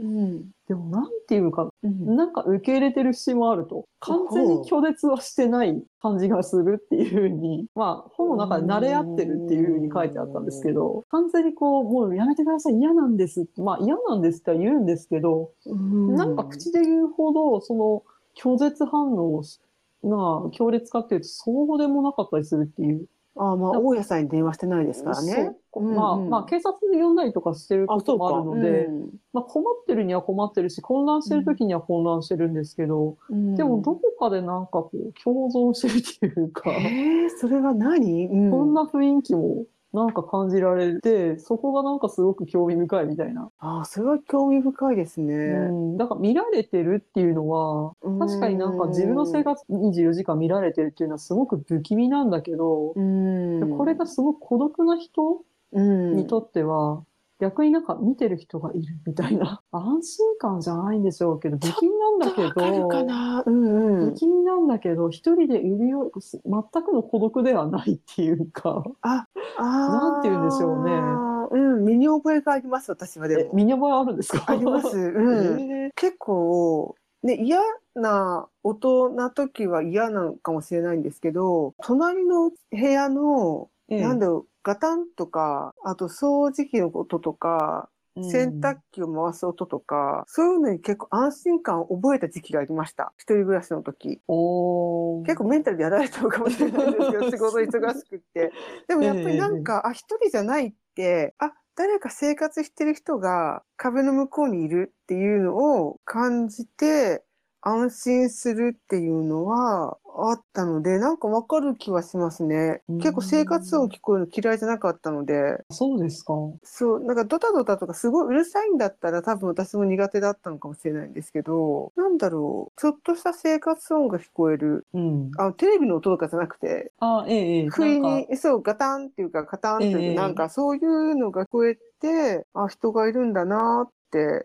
でもなんていうか、うん、なんか受け入れてる節もあると。完全に拒絶はしてない感じがするっていうふうに、まあ本の中で慣れ合ってるっていうふうに書いてあったんですけど、完全にこう、もうやめてください、嫌なんです。まあ嫌なんですって言うんですけど、なんか口で言うほど、その拒絶反応が強烈かっていうと、そうでもなかったりするっていう。 ああ、まあ、大家さんに電話してないですからね。 うんうん、まあ、まあ、警察で呼んだりとかしてることもあるので、うん、まあ、困ってるには困ってるし、混乱してる時には混乱してるんですけど、うん、でも、どこかでなんかこう、共存してるっていうか、 えー、それは何、 うん、こんな雰囲気もなんか感じられて、そこがなんかすごく興味深いみたいな。 ああ、それは興味深いですね。 うん。だから見られてるっていうのは、確かになんか自分の生活にじゅうよじかん見られてるっていうのはすごく不気味なんだけど、うん、これがすごく孤独な人にとっては、 逆になんか見てる人がいるみたいな。安心感じゃないんでしょうけど、不気味なんだけど、 わかるかな、うんうん、 不気味なんだけど、一人でいるよ、全くの孤独ではないっていうか、 あ、あなんて言うんでしょうね。 うん、身に覚えがあります、私はでも。 え、身に覚えあるんですか？ あります。うん。えー、結構、ね、嫌な音な時は嫌なのかもしれないんですけど、隣の部屋の、ええ、なんだろう、ガタンとか、あと掃除機の音とか、洗濯機を回す音とか、うん、そういうのに結構安心感を覚えた時期がありました。一人暮らしの時。お結構メンタルでやられたのかもしれないですけど、仕事忙しくって。でもやっぱりなんか、ええ、あ、一人じゃないって、あ、誰か生活してる人が壁の向こうにいるっていうのを感じて安心するっていうのはあったので、なんかわかる気はしますね。結構生活音聞こえるの嫌いじゃなかったので。 そうですか。 そう、なんかドタドタとかすごいうるさいんだったら多分私も苦手だったのかもしれないんですけど、なんだろう、ちょっとした生活音が聞こえる。うん、あ、テレビの音とかじゃなくて、あ、ええ、不意に、そう、ガタンっていうか、カタンっていうか、ええ、なんかそういうのが聞こえて、あ、人がいるんだなって、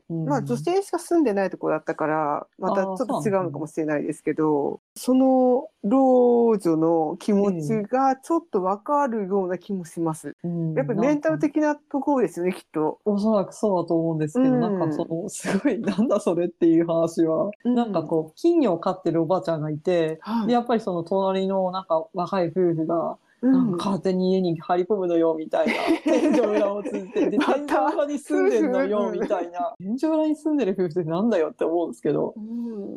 うん、まあ女性しか住んでないところだったから、またちょっと違うのかもしれないですけど、その老女の気持ちがちょっとわかるような気もします。うん、やっぱりメンタル的なところですよね、きっと。おそらくそうだと思うんですけど、うん、なんかその、すごい、なんだそれっていう話は、うん、なんかこう、金魚を飼ってるおばあちゃんがいて、はい、で、やっぱりその隣のなんか若い夫婦が、なんか勝手に家に入り込むのよ、みたいな。天井裏を通じて。で、天井裏に住んでんのよ、みたいな。天井裏に住んでる夫婦ってなんだよって思うんですけど、うん、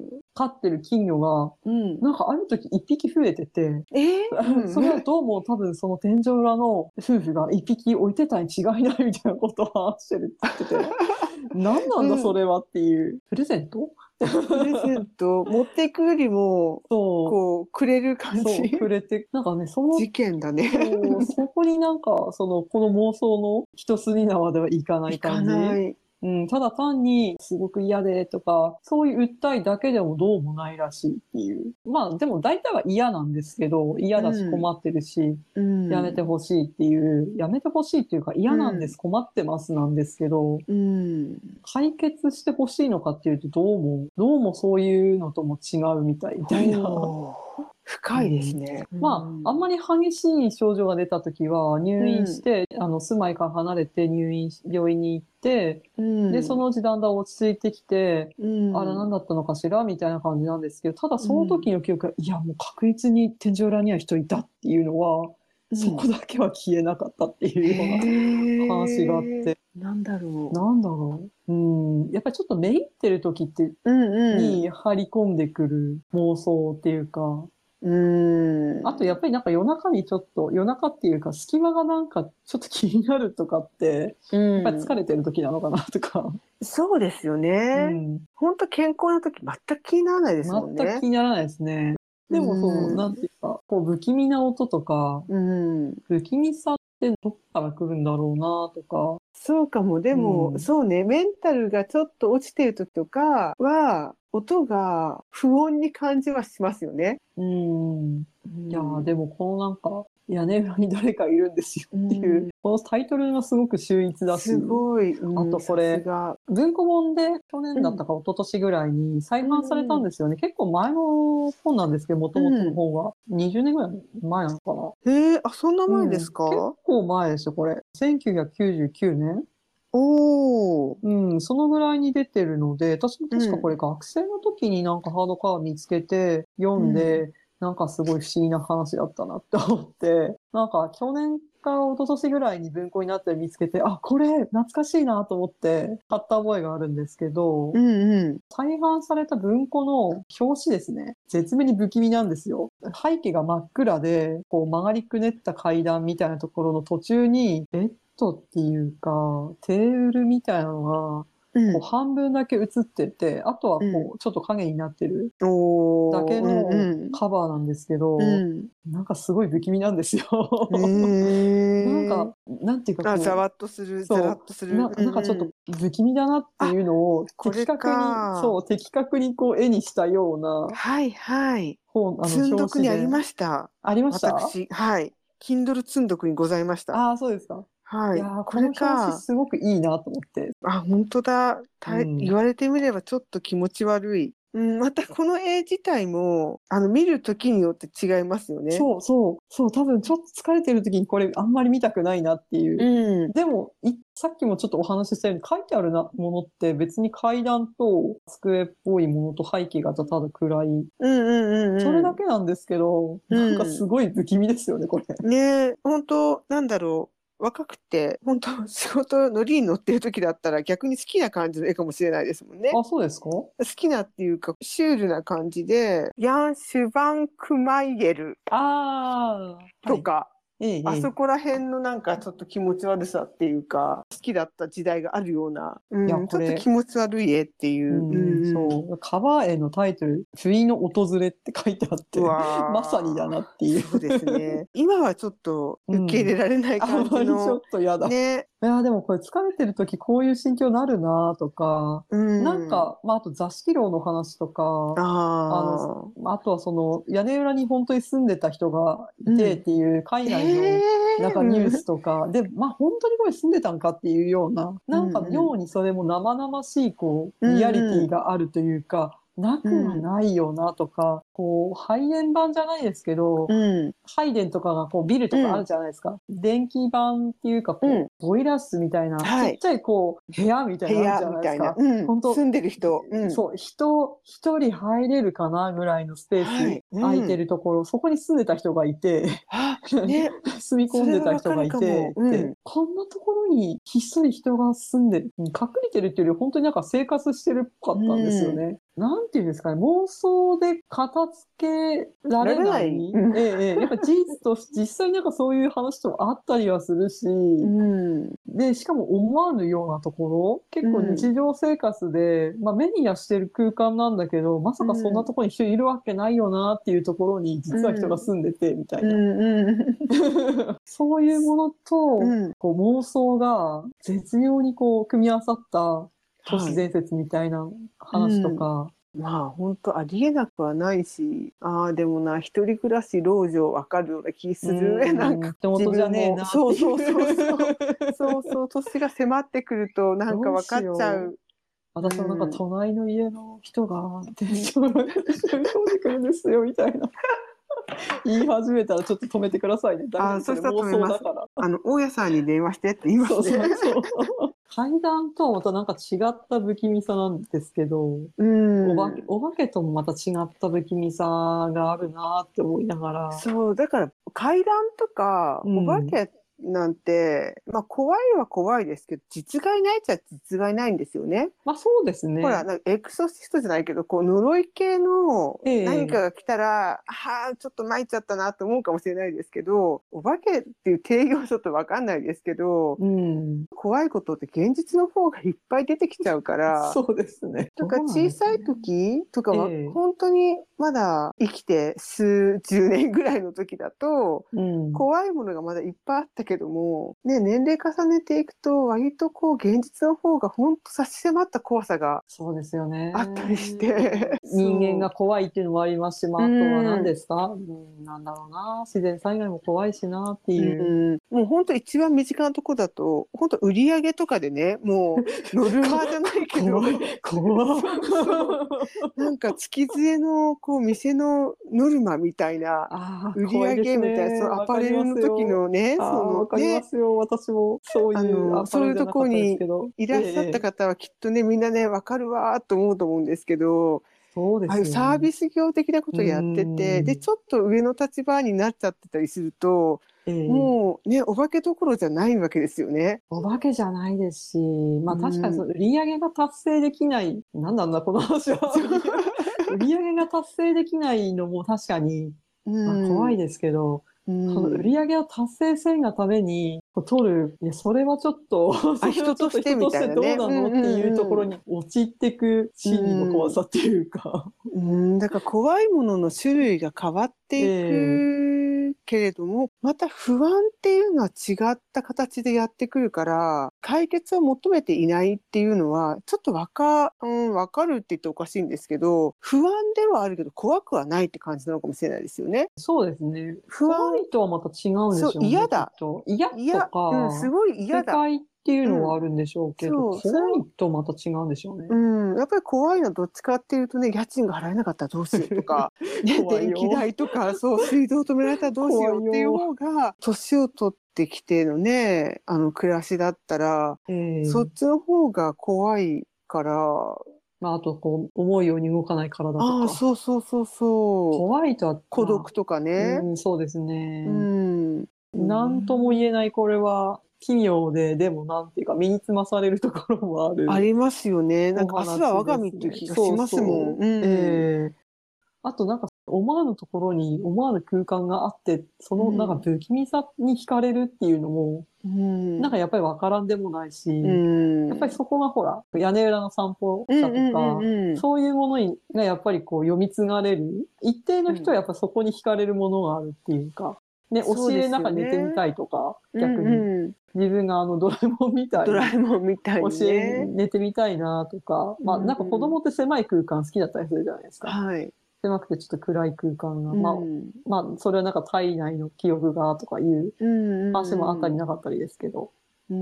飼ってる金魚が、うん、なんかある時一匹増えてて、えー、それはどうも多分その天井裏の夫婦が一匹置いてたに違いないみたいなことを話してるって言ってて、何なんだそれはっていう。うん、プレゼントプレゼント持っていくよりも、そうこう、くれる感じ。そう、くれて、なんかね、その、事件だね。そう、そこになんか、その、この妄想の一筋縄ではいかない感じ。いかない。うん、ただ単にすごく嫌でとか、そういう訴えだけでもどうもないらしいっていう。まあでも大体は嫌なんですけど、嫌だし困ってるし、うん、やめてほしいっていう、やめてほしいっていうか嫌なんです、うん、困ってますなんですけど、うん、解決してほしいのかっていうとどうも、どうもそういうのとも違うみたいみたいな。深いですね。うん、まあ、あんまり激しい症状が出たときは入院して、うん、あの、住まいから離れて入院、病院に行って、うん、で、そのうちだんだん落ち着いてきて、うん、あれ何だったのかしらみたいな感じなんですけど、ただその時の記憶が、うん、いや、もう確実に天井裏には人いたっていうのは、うん、そこだけは消えなかったっていうような話があって。なんだろう。なんだろう。うん。やっぱりちょっとめいってる時って、うんうん、に張り込んでくる妄想っていうか、うーんあとやっぱりなんか夜中にちょっと、夜中っていうか隙間がなんかちょっと気になるとかって、うん、やっぱり疲れてる時なのかなとか。そうですよね。うん、本当健康な時全く気にならないですもんね。全く気にならないですね。でもそう、なんていうか、こう不気味な音とか、うん、不気味さってどっから来るんだろうなとか。そうかも。でも、うん、そうね、メンタルがちょっと落ちてる時とかは、音が不穏に感じはしますよね。うん。いやー、でもこのなんか、屋根裏に誰かいるんですよっていう、うん、このタイトルがすごく秀逸だし。すごい。うん、あとこれ、文庫本で去年だったか一昨年ぐらいに再版されたんですよね。うん、結構前の本なんですけど、元々の本は。うん、にじゅうねんぐらい前なのかな。へえ、あ、そんな前ですか？うん、結構前ですよ、これ。せんきゅうひゃくきゅうじゅうきゅうねんおー。うん、そのぐらいに出てるので、私も確かこれ学生の時になんかハードカバー見つけて読んで、うん、なんかすごい不思議な話だったなって思って、なんか去年か一昨年ぐらいに文庫になって見つけて、あ、これ懐かしいなと思って買った覚えがあるんですけど、うんうん、再版された文庫の表紙ですね。絶妙に不気味なんですよ。背景が真っ暗で、こう曲がりくねった階段みたいなところの途中に、ベッドっていうか、テーブルみたいなのが、うん、こう半分だけ映ってて、あとはこう、うん、ちょっと影になってるだけのカバーなんですけど、うん、なんかすごい不気味なんですよ。なんか、なんていうかこう、ざわっとする、ざわっとするな。なんかちょっと不気味だなっていうのを的確に、そう、的確にこう絵にしたような。はいはい。本、あの、積んどくにありました。ありました？私、はい。Kindle 積んどくにございました。ああ、そうですか。 はい。 いやー、 これこの表紙か。 すごくいいなと思って。 あ、本当だ。 うた言ん。 われてみればちょっと気持ち悪い。うん、またこの絵自体も、あの、見る時によって違いますよね。 そうそう、そう、多分ちょっと疲れてる時にこれあんまり見たくないなっていう。 うん。 でも、いさっきもちょっとお話ししたように書いてあるなものって別に階段と机っぽいものと背景がただ暗い。 うんうんうんそれうん。 だけなんですけど、なんかすごい不気味ですよね、これ。 ねえ、本当なんだろう。若くて、本当仕事のリーに乗ってる時だったら逆に好きな感じの絵かもしれないですもんね。 あ、そうですか？ 好きなっていうか、シュールな感じで、ヤン・シュバンクマイゲルああ、はい。 とか、 ええ、ええ。 あそこら辺のなんかちょっと気持ち悪さっていうか、好きだった時代があるような、 いや、 うん、ちょっとこれ、 気持ち悪い絵っていう。ううん、 んうん。 そう、カバー絵のタイトル、不意の訪れって書いてあっうて、まさにだわなっていう。 ー、そうですね。今はちょっとうん。 受け入れられないあ感まりちょじの、 っと嫌だ。 ね、 いや、でもこれ疲れてる時こういう心境になるなとか、 うん。 なんか、まあ、あと座敷牢の話とか、あの、 ああ、 あとはその屋根裏に本当に住んでた人がいうん。 てっていう海え外のなんえー、 かニュースうん。 とか、で、まあ本当にこれ住んでたんかっていうような、 うなんかんうん。 妙にそれも生々しいこうう、リアリテんうん。 ィがあるというか、なうくはん。 ないよなとか、こう、配電盤じゃないですけど、 うん。 配電とかがこうビルとかあるうん。 じゃないですか。電気板っていうかうん。 こう、ボイラー室みたいな、ちはい。 っちゃいこう、部屋みたい部なのあるじゃ屋みたいな。 ないですか。 うん。 本当住んでる人。うん。 そう、人、一人入れるかなぐらいのスペースはい。 空いてうん。 るところ、そこに住んでた人がいて、 あ、ね。 住み込んそれはわかでた人がいるかも。 て、で、 うん。 こんなところにひっそり人が住んでる、隠れてるっていうより本当になんか生活してるっぽかったんですようん。 ね。なんていうんですかね、妄想で片付けられられない。 ない。 うん。 ええ、ええ、やっぱ事実とし、実際になんかそういう話とかあったりはするし、 うん。 で、しかも思わぬようなところ、結構うん。 日常生活で、まあ目にはしてる空間なんだけど、まさうかそんなん。 ところに人いるわけないよなっていうところにう実は人がん。 住んでて、みたいな。 うん。うん。 そういうものと、 うん。 こう妄想が絶妙にこう組み合わさった都市はい。 伝説みたいなう話とん。 か、 まあ、本当ありえなくはないし、ああ、でもな、一人暮らし老女わかるような気うする。なんーん、 か人事じゃ自分も、 ねえなっていそうそうそうそう。そうう。 そう、年が迫ってくると、なんかどうわかっちゃしよう。 う。う私もなんかん。 隣の家の人が、電うん。 車が一緒に飛んでくるんですよ、みたいな。言い始めたらちょっと止めてくださいね。大丈ああ、 夫、そそしたられ妄止めます。 想だから。 あの、大家さんに電話してって言いまそうすね。 そうそう。階段とはまたなんか違った不気味さなんですけど、 うお化け、 ん。 お化けともまた違った不気味さがあるなって思いながら。 そう、だから階段とかお化うん。 けなんて、まあ怖いは怖いですけど、実害ないっちゃ実害ないんですよね。 まあそうですほら、 ね。 なんかエクソシストじゃないけど、こう呪い系のええ、 何かが来たら、はあ、ちょっと参っちゃったなと思うかもしれないですけど、お化けっていう定義はちょっとわかんないですけど、 うん。 怖いことって現実の方がいっぱい出てきちゃうから、 そうですね。 とかどうなんですかね。 小さい時とかはええ、 本当にまだ生きて数十年ぐらいの時だとうん。 怖いものがまだいっぱいあったけども、ね、年齢重ねていくと割とこう現実の方が本当差し迫った怖さがそうですよね。 あったりして人間がそ怖いっていうのもありますし、まう。 あ、あとはうん。 何ですか、うん、なんだろうな。自然災害も怖いしなってういう。 ん、もう本当一番身近なとこだと、本当売り上げとかでね、もうノルマじゃないけど、 怖い、怖い。 そうそう。なんか月末のこう店のノルマみたいな、 ああ、 売り上怖いですげみたいな、そね。 のアわかりまパレルの時すよ。 のね、そああ、わかりまのね、 すよ。私もそういうアあの、 パレルじゃそういうとなかったですこにけど。 いええ、 らっしゃったええ、 方はきっとね、みんなね、わかるわーと思うと思うんですけど、 そうでああいうすよね。 サービス業的なこうーとやってて、で、 ん。 ちょっと上の立場になっちゃってたりすると、 ええ、 もうね、お化けどころじゃないわけですよね。 お化けじゃないですし、まうあ確かにそん。 の売り上げが達成できない、なんなんだこの話は。売り売り上げが達成できないのも確かに、 うまあ怖いん。 ですけど、 うその売ん。 り上げを達成せんがために、こう取る、いや、それはちょっと、 あ、 それはちょっと人として人としてみたいなね。 どうなのうんっていうところうんに陥っていくう心理の怖ん。 さっていうか。 うん、だから怖いものの種類が変わってえいえ、 くけれども、また不安っていうのは違った形でやってくるから、 解決を求めていないっていうのはちょっとわか、うん、わかるって言っておかしいんですけど、不安ではあるけど怖くはないって感じなのかもしれないですよね。 そうですね。不安怖いとはまた違うんでしょうね。そう、 嫌だ。 嫌とか、 うん、すごい嫌だ。 不快っていうのはあるんでしょうけど、 うん、 怖いとまた違うんでしょうね。 うん、やっぱり怖いのはどっちかっていうとね、家賃が払えなかったらどうしようとか、ね、電気代とか、そう、水道止められたらどうしようっていう方が、年を取ってきてのね、あの、暮らしだったら、えー、そっちの方が怖いから、 まあ、あと、こう、思うように動かない体とか。 ああ、そうそうそうそう。 怖いとは、 孤独とかね。 うん、そうですね。 うん。 なんとも言えない、これは、奇妙で、でもなんていうか、身につまされるところもある。 ありますよね。なんか、明日は我が身っていう気がしますもん。 そうそう、うん、えー、あと、なんか、思わぬところに思わぬ空間があって、その、なんか、不気味さに惹かれるっていうのも、うん、なんかやっぱりわからんでもないし、うん、やっぱりそこがほら、屋根裏の散歩者とか、そういうものにがやっぱりこう読み継がれる。一定の人はやっぱそこに惹かれるものがあるっていうか、ね、押し入れの中に寝てみたいとか、逆に、うんうん、自分があのドラえもんみたいに、 ドラえもんみたいに、ね、 押し入れに寝てみたいなとか、まあなんか子供って狭い空間好きだったりするじゃないですか。はい。狭くてちょっと暗い空間が、うん、まあ、まあ、それはなんか体内の記憶がとかいう話もあったりなかったりですけど、うん、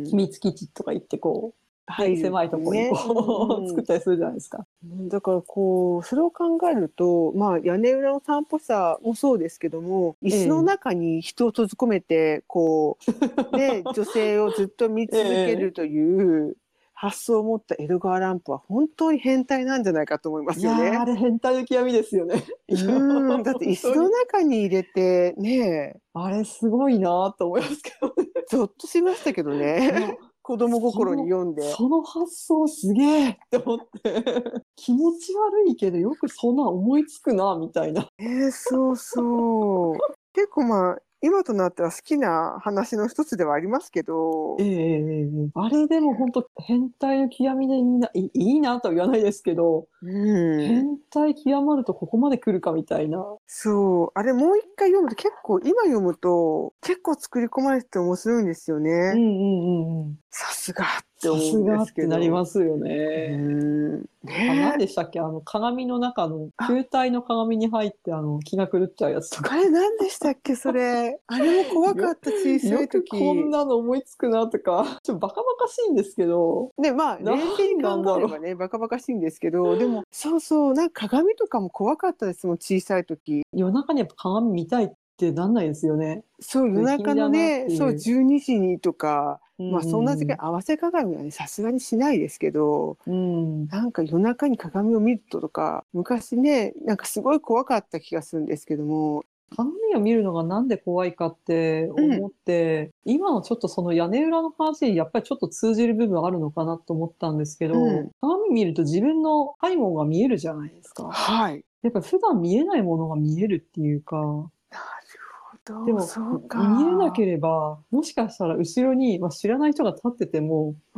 秘密基地とか行ってこう、はい、狭いところにこう、ね、作ったりするじゃないですか。 だからこうそれを考えると、まあ、屋根裏の散歩者もそうですけども、椅子の中に人を閉じ込めてこう、ね、女性をずっと見続けるという発想を持ったエドガー・ランプは本当に変態なんじゃないかと思いますよね。 いやあれ変態の極みですよね。 うん、だって椅子の中に入れてね、 あれすごいなと思いますけどね。 ゾッとしましたけどね。子供心に読んで。 その発想すげえって思って。気持ち悪いけどよくそんな思いつくな、みたいな。 えー、そうそう。結構まあ、今となっては好きな話の一つではありますけど。 ええー、あれでも本当変態の極みでいいな、いいなとは言わないですけど、うん、変態極まるとここまで来るかみたいな。 そう。あれもう一回読むと結構、今読むと結構作り込まれてて面白いんですよね。うんうんうんうん。さすがって思うんですけど。さすがってなりますよね。うんね、あ、何でしたっけ、あの鏡の中の球体の鏡に入ってあの気が狂っちゃうやつとか。 あれ何でしたっけそれ。あれも怖かった小さい時。 よくこんなの思いつくなとか、ちょっとバカバカしいんですけど。 でまあ冷静に考えればねバカバカしいんですけど、でもそうそうなんか鏡とかも怖かったですもん小さい時。 夜中にやっぱ鏡見たいってなんないですよね。 そう夜中のねそうじゅうにじにとか。まあそんな時間合わせ鏡はねさすがにしないですけど、うん、なんか夜中に鏡を見るとか昔ねなんかすごい怖かった気がするんですけども、 鏡を見るのがなんで怖いかって思って、うん、今のちょっとその屋根裏の話にやっぱりちょっと通じる部分あるのかなと思ったんですけど、うん、鏡見ると自分の背後が見えるじゃないですか。はい。やっぱ普段見えないものが見えるっていうか。でも見えなければもしかしたら後ろに、まあ、知らない人が立ってても、うん、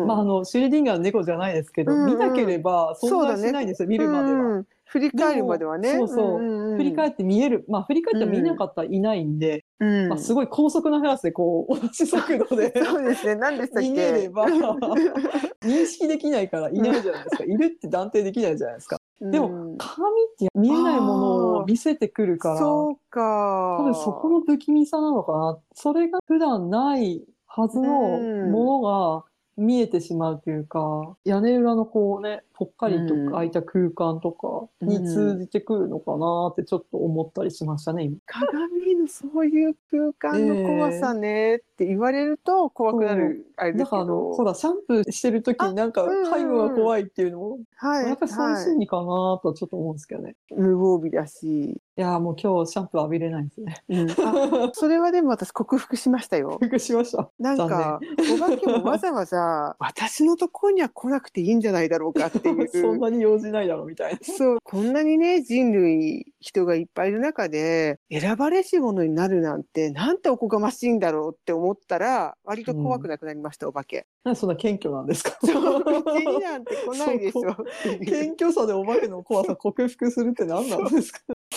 まあ、あのシュレディンガーの猫じゃないですけど、うんうん、見なければ存在しないんですよ、ね、見るまでは、うん、 振り返るまではねそうそう、うんうん、振り返って見える、まあ振り返って見えなかったらいないんで、うんまあ、すごい高速な速さでこう同じ速度でそうですね何でしたっけ逃げれば認識できないからいないじゃないですか、いるって断定できないじゃないですか。でも鏡って見えないものを見せてくるから、 そうか多分そこの不気味さなのかな。それが普段ないはずのものが見えてしまうというか、屋根裏のこうね、ぽっかりと空いた空間とかに通じてくるのかなってちょっと思ったりしましたね、今。 鏡のそういう空間の怖さねって言われると怖くなる、あれですけど。だからあの、 ほら、シャンプーしてる時になんか背後が怖いっていうのも、はい、やっぱりそういう心理かなとはちょっと思うんですけどね。 無防備だし。 いやもう今日シャンプー浴びれないんですね。 うん、あそれはでも私克服しましたよ。 克服しました。 なんかお化けもわざわざ私のところには来なくていいんじゃないだろうかっていうそんなに用事ないだろうみたいな。 そうこんなにね人類人がいっぱいいる中で選ばれし者になるなんてなんておこがましいんだろうって思ったら割と怖くなくなりました、うん、お化け。 なんでそんな謙虚なんですか。 そううちになんて来ないでしょ。 謙虚さでお化けの怖さ克服するって何なんですか。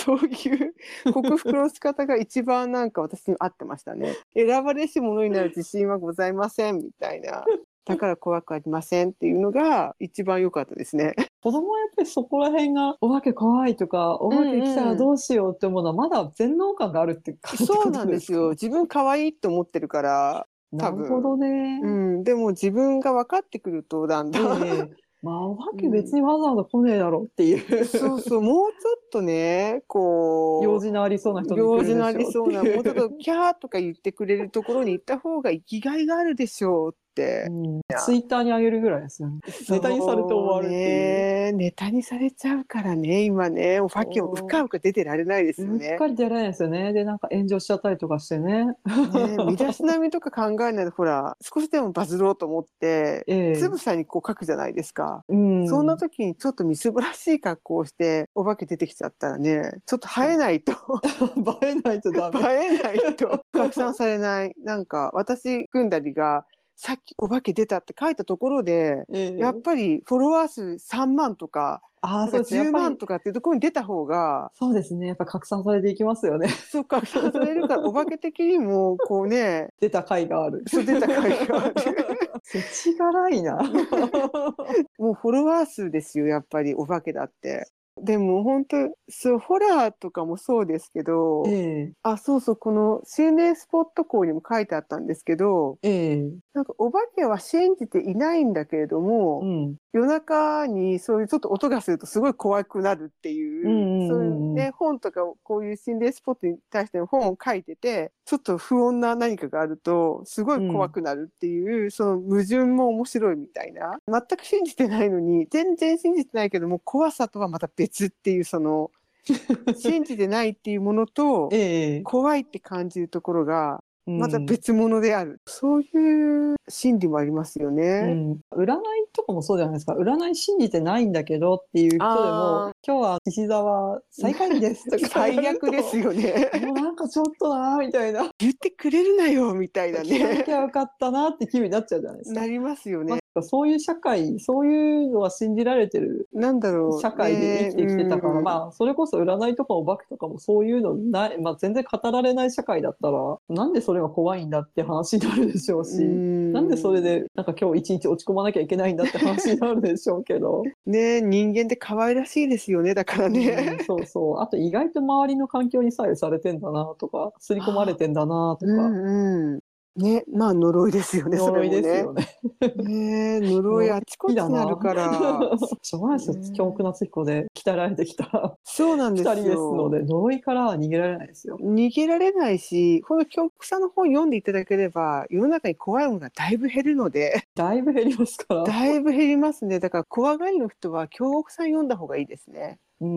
そういう克服の仕方が一番なんか私に合ってましたね。選ばれし者になる自信はございませんみたいな。だから怖くありませんっていうのが一番良かったですね。 子供はやっぱりそこら辺がお化け怖いとかお化け来たらどうしようって思うのはまだ全能感があるって感じですか？ そうなんですよ。自分可愛いって思ってるから多分。 なるほどね。 うん、でも自分が分かってくるとだんだん、ええ、 まあお化け別にわざわざ来ねえだろうっていう、うん、 そうそう、もうちょっとねこう用事のありそうな人に用事のありそうなもうちょっとキャーとか言ってくれるところに行った方が生きがいがあるでしょうって、 うん、ツイッターに上げるぐらいですよね。ネタにされて終わるっていう、ね、 ネタにされちゃうからね今ねお化けをうかうか出てられないですよね。 うっかり出られないですよね。でなんか炎上しちゃったりとかしてね。 ね身だしなみとか考えないとほら少しでもバズろうと思って、ええ、つぶさにこう書くじゃないですか、うん、そんな時にちょっとみすぼらしい格好をしてお化け出てきちゃったらねちょっと映えないと映えないとダメ映えないと拡散されない。なんか私組んだりがさっきお化け出たって書いたところで、えー、やっぱりフォロワー数さんまんとかあそうですじゅうまんとかっていうところに出た方がそうですねやっぱ拡散されていきますよね。 そう拡散されるからお化け的にもこうね出た甲斐がある。 そう出た甲斐がある。 世知辛いな。 もうフォロワー数ですよやっぱりお化けだって。でも本当そうホラーとかもそうですけど、ええ、あそうそうこの心霊スポット校にも書いてあったんですけど、ええ、なんかお化けは信じていないんだけれども、うん、夜中にそういうちょっと音がするとすごい怖くなるっていう、うんうんうん、そういうね本とかこういう心霊スポットに対しての本を書いててちょっと不穏な何かがあるとすごい怖くなるっていう、うん、その矛盾も面白いみたいな。全く信じてないのに全然信じてないけども怖さとはまた別別っていうその信じてないっていうものと怖いって感じるところがまた別物である、うん、そういう心理もありますよね、 うん、占いとかもそうじゃないですか。占い信じてないんだけどっていう人でも今日は獅子座は最下位ですとか最悪ですよね。 もうなんかちょっとなみたいな言ってくれるなよみたいなね。 聞かなきゃよかったなって気分になっちゃうじゃないですか。 なりますよね、まあ、そういう社会そういうのは信じられてるなんだろう社会で生きてきてたから、ね、まあそれこそ占いとかお化けとかもそういうのない、まあ、全然語られない社会だったらなんでそれが怖いんだって話になるでしょうし、うんなんでそれでなんか今日一日落ち込まなきゃいけないんだって話になるでしょうけどね人間って可愛らしいですよねだからね、 うん、そうそうあと意外と周りの環境に左右されてんだなとか刷り込まれてんだなとか、うんうんね、まあ呪いですよね。 呪いですよね。 ね呪いあちこちにあるから。 しょうがないですよ。京極夏彦で鍛えられてきた。 そうなんですよ。 ふたりですので呪いからは逃げられないですよ。 逃げられないし、この京極さんの本読んでいただければ世の中に怖いものがだいぶ減るので。 だいぶ減りますから。 だいぶ減りますね。だから怖がりの人は京極さん読んだ方がいいですね。 うん、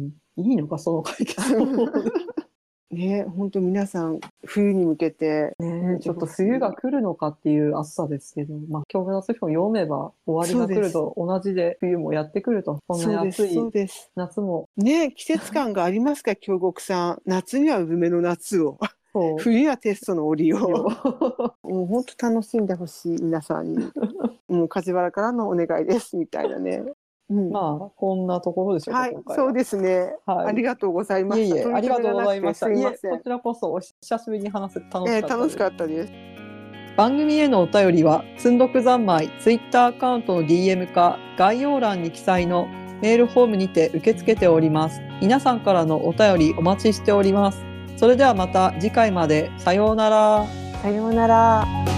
いいのかその解決方法で。 ね、本当皆さん冬に向けて、 ね、ちょっと冬が来るのかっていう暑さですけど、まあ京極夏彦を読めば終わりが来ると同じで冬もやってくると、こんな暑い夏もね季節感がありますか京極さん。夏には梅の夏を。冬にはテストの折をもう本当楽しんでほしい皆さんにもう梶原からのお願いですみたいなね。 うん、まあこんなところでしょうか。 はい、そうですね、はい。ありがとうございました。 いえいえありがとうございました。いえこちらこそお久しぶりに話せて楽しかったです。えー、 楽しかったです。 番組へのお便りはつんどく三昧ツイッターアカウントの ディーエム か概要欄に記載のメールフォームにて受け付けております。皆さんからのお便りお待ちしております。それではまた次回まで。さようなら。 さようなら。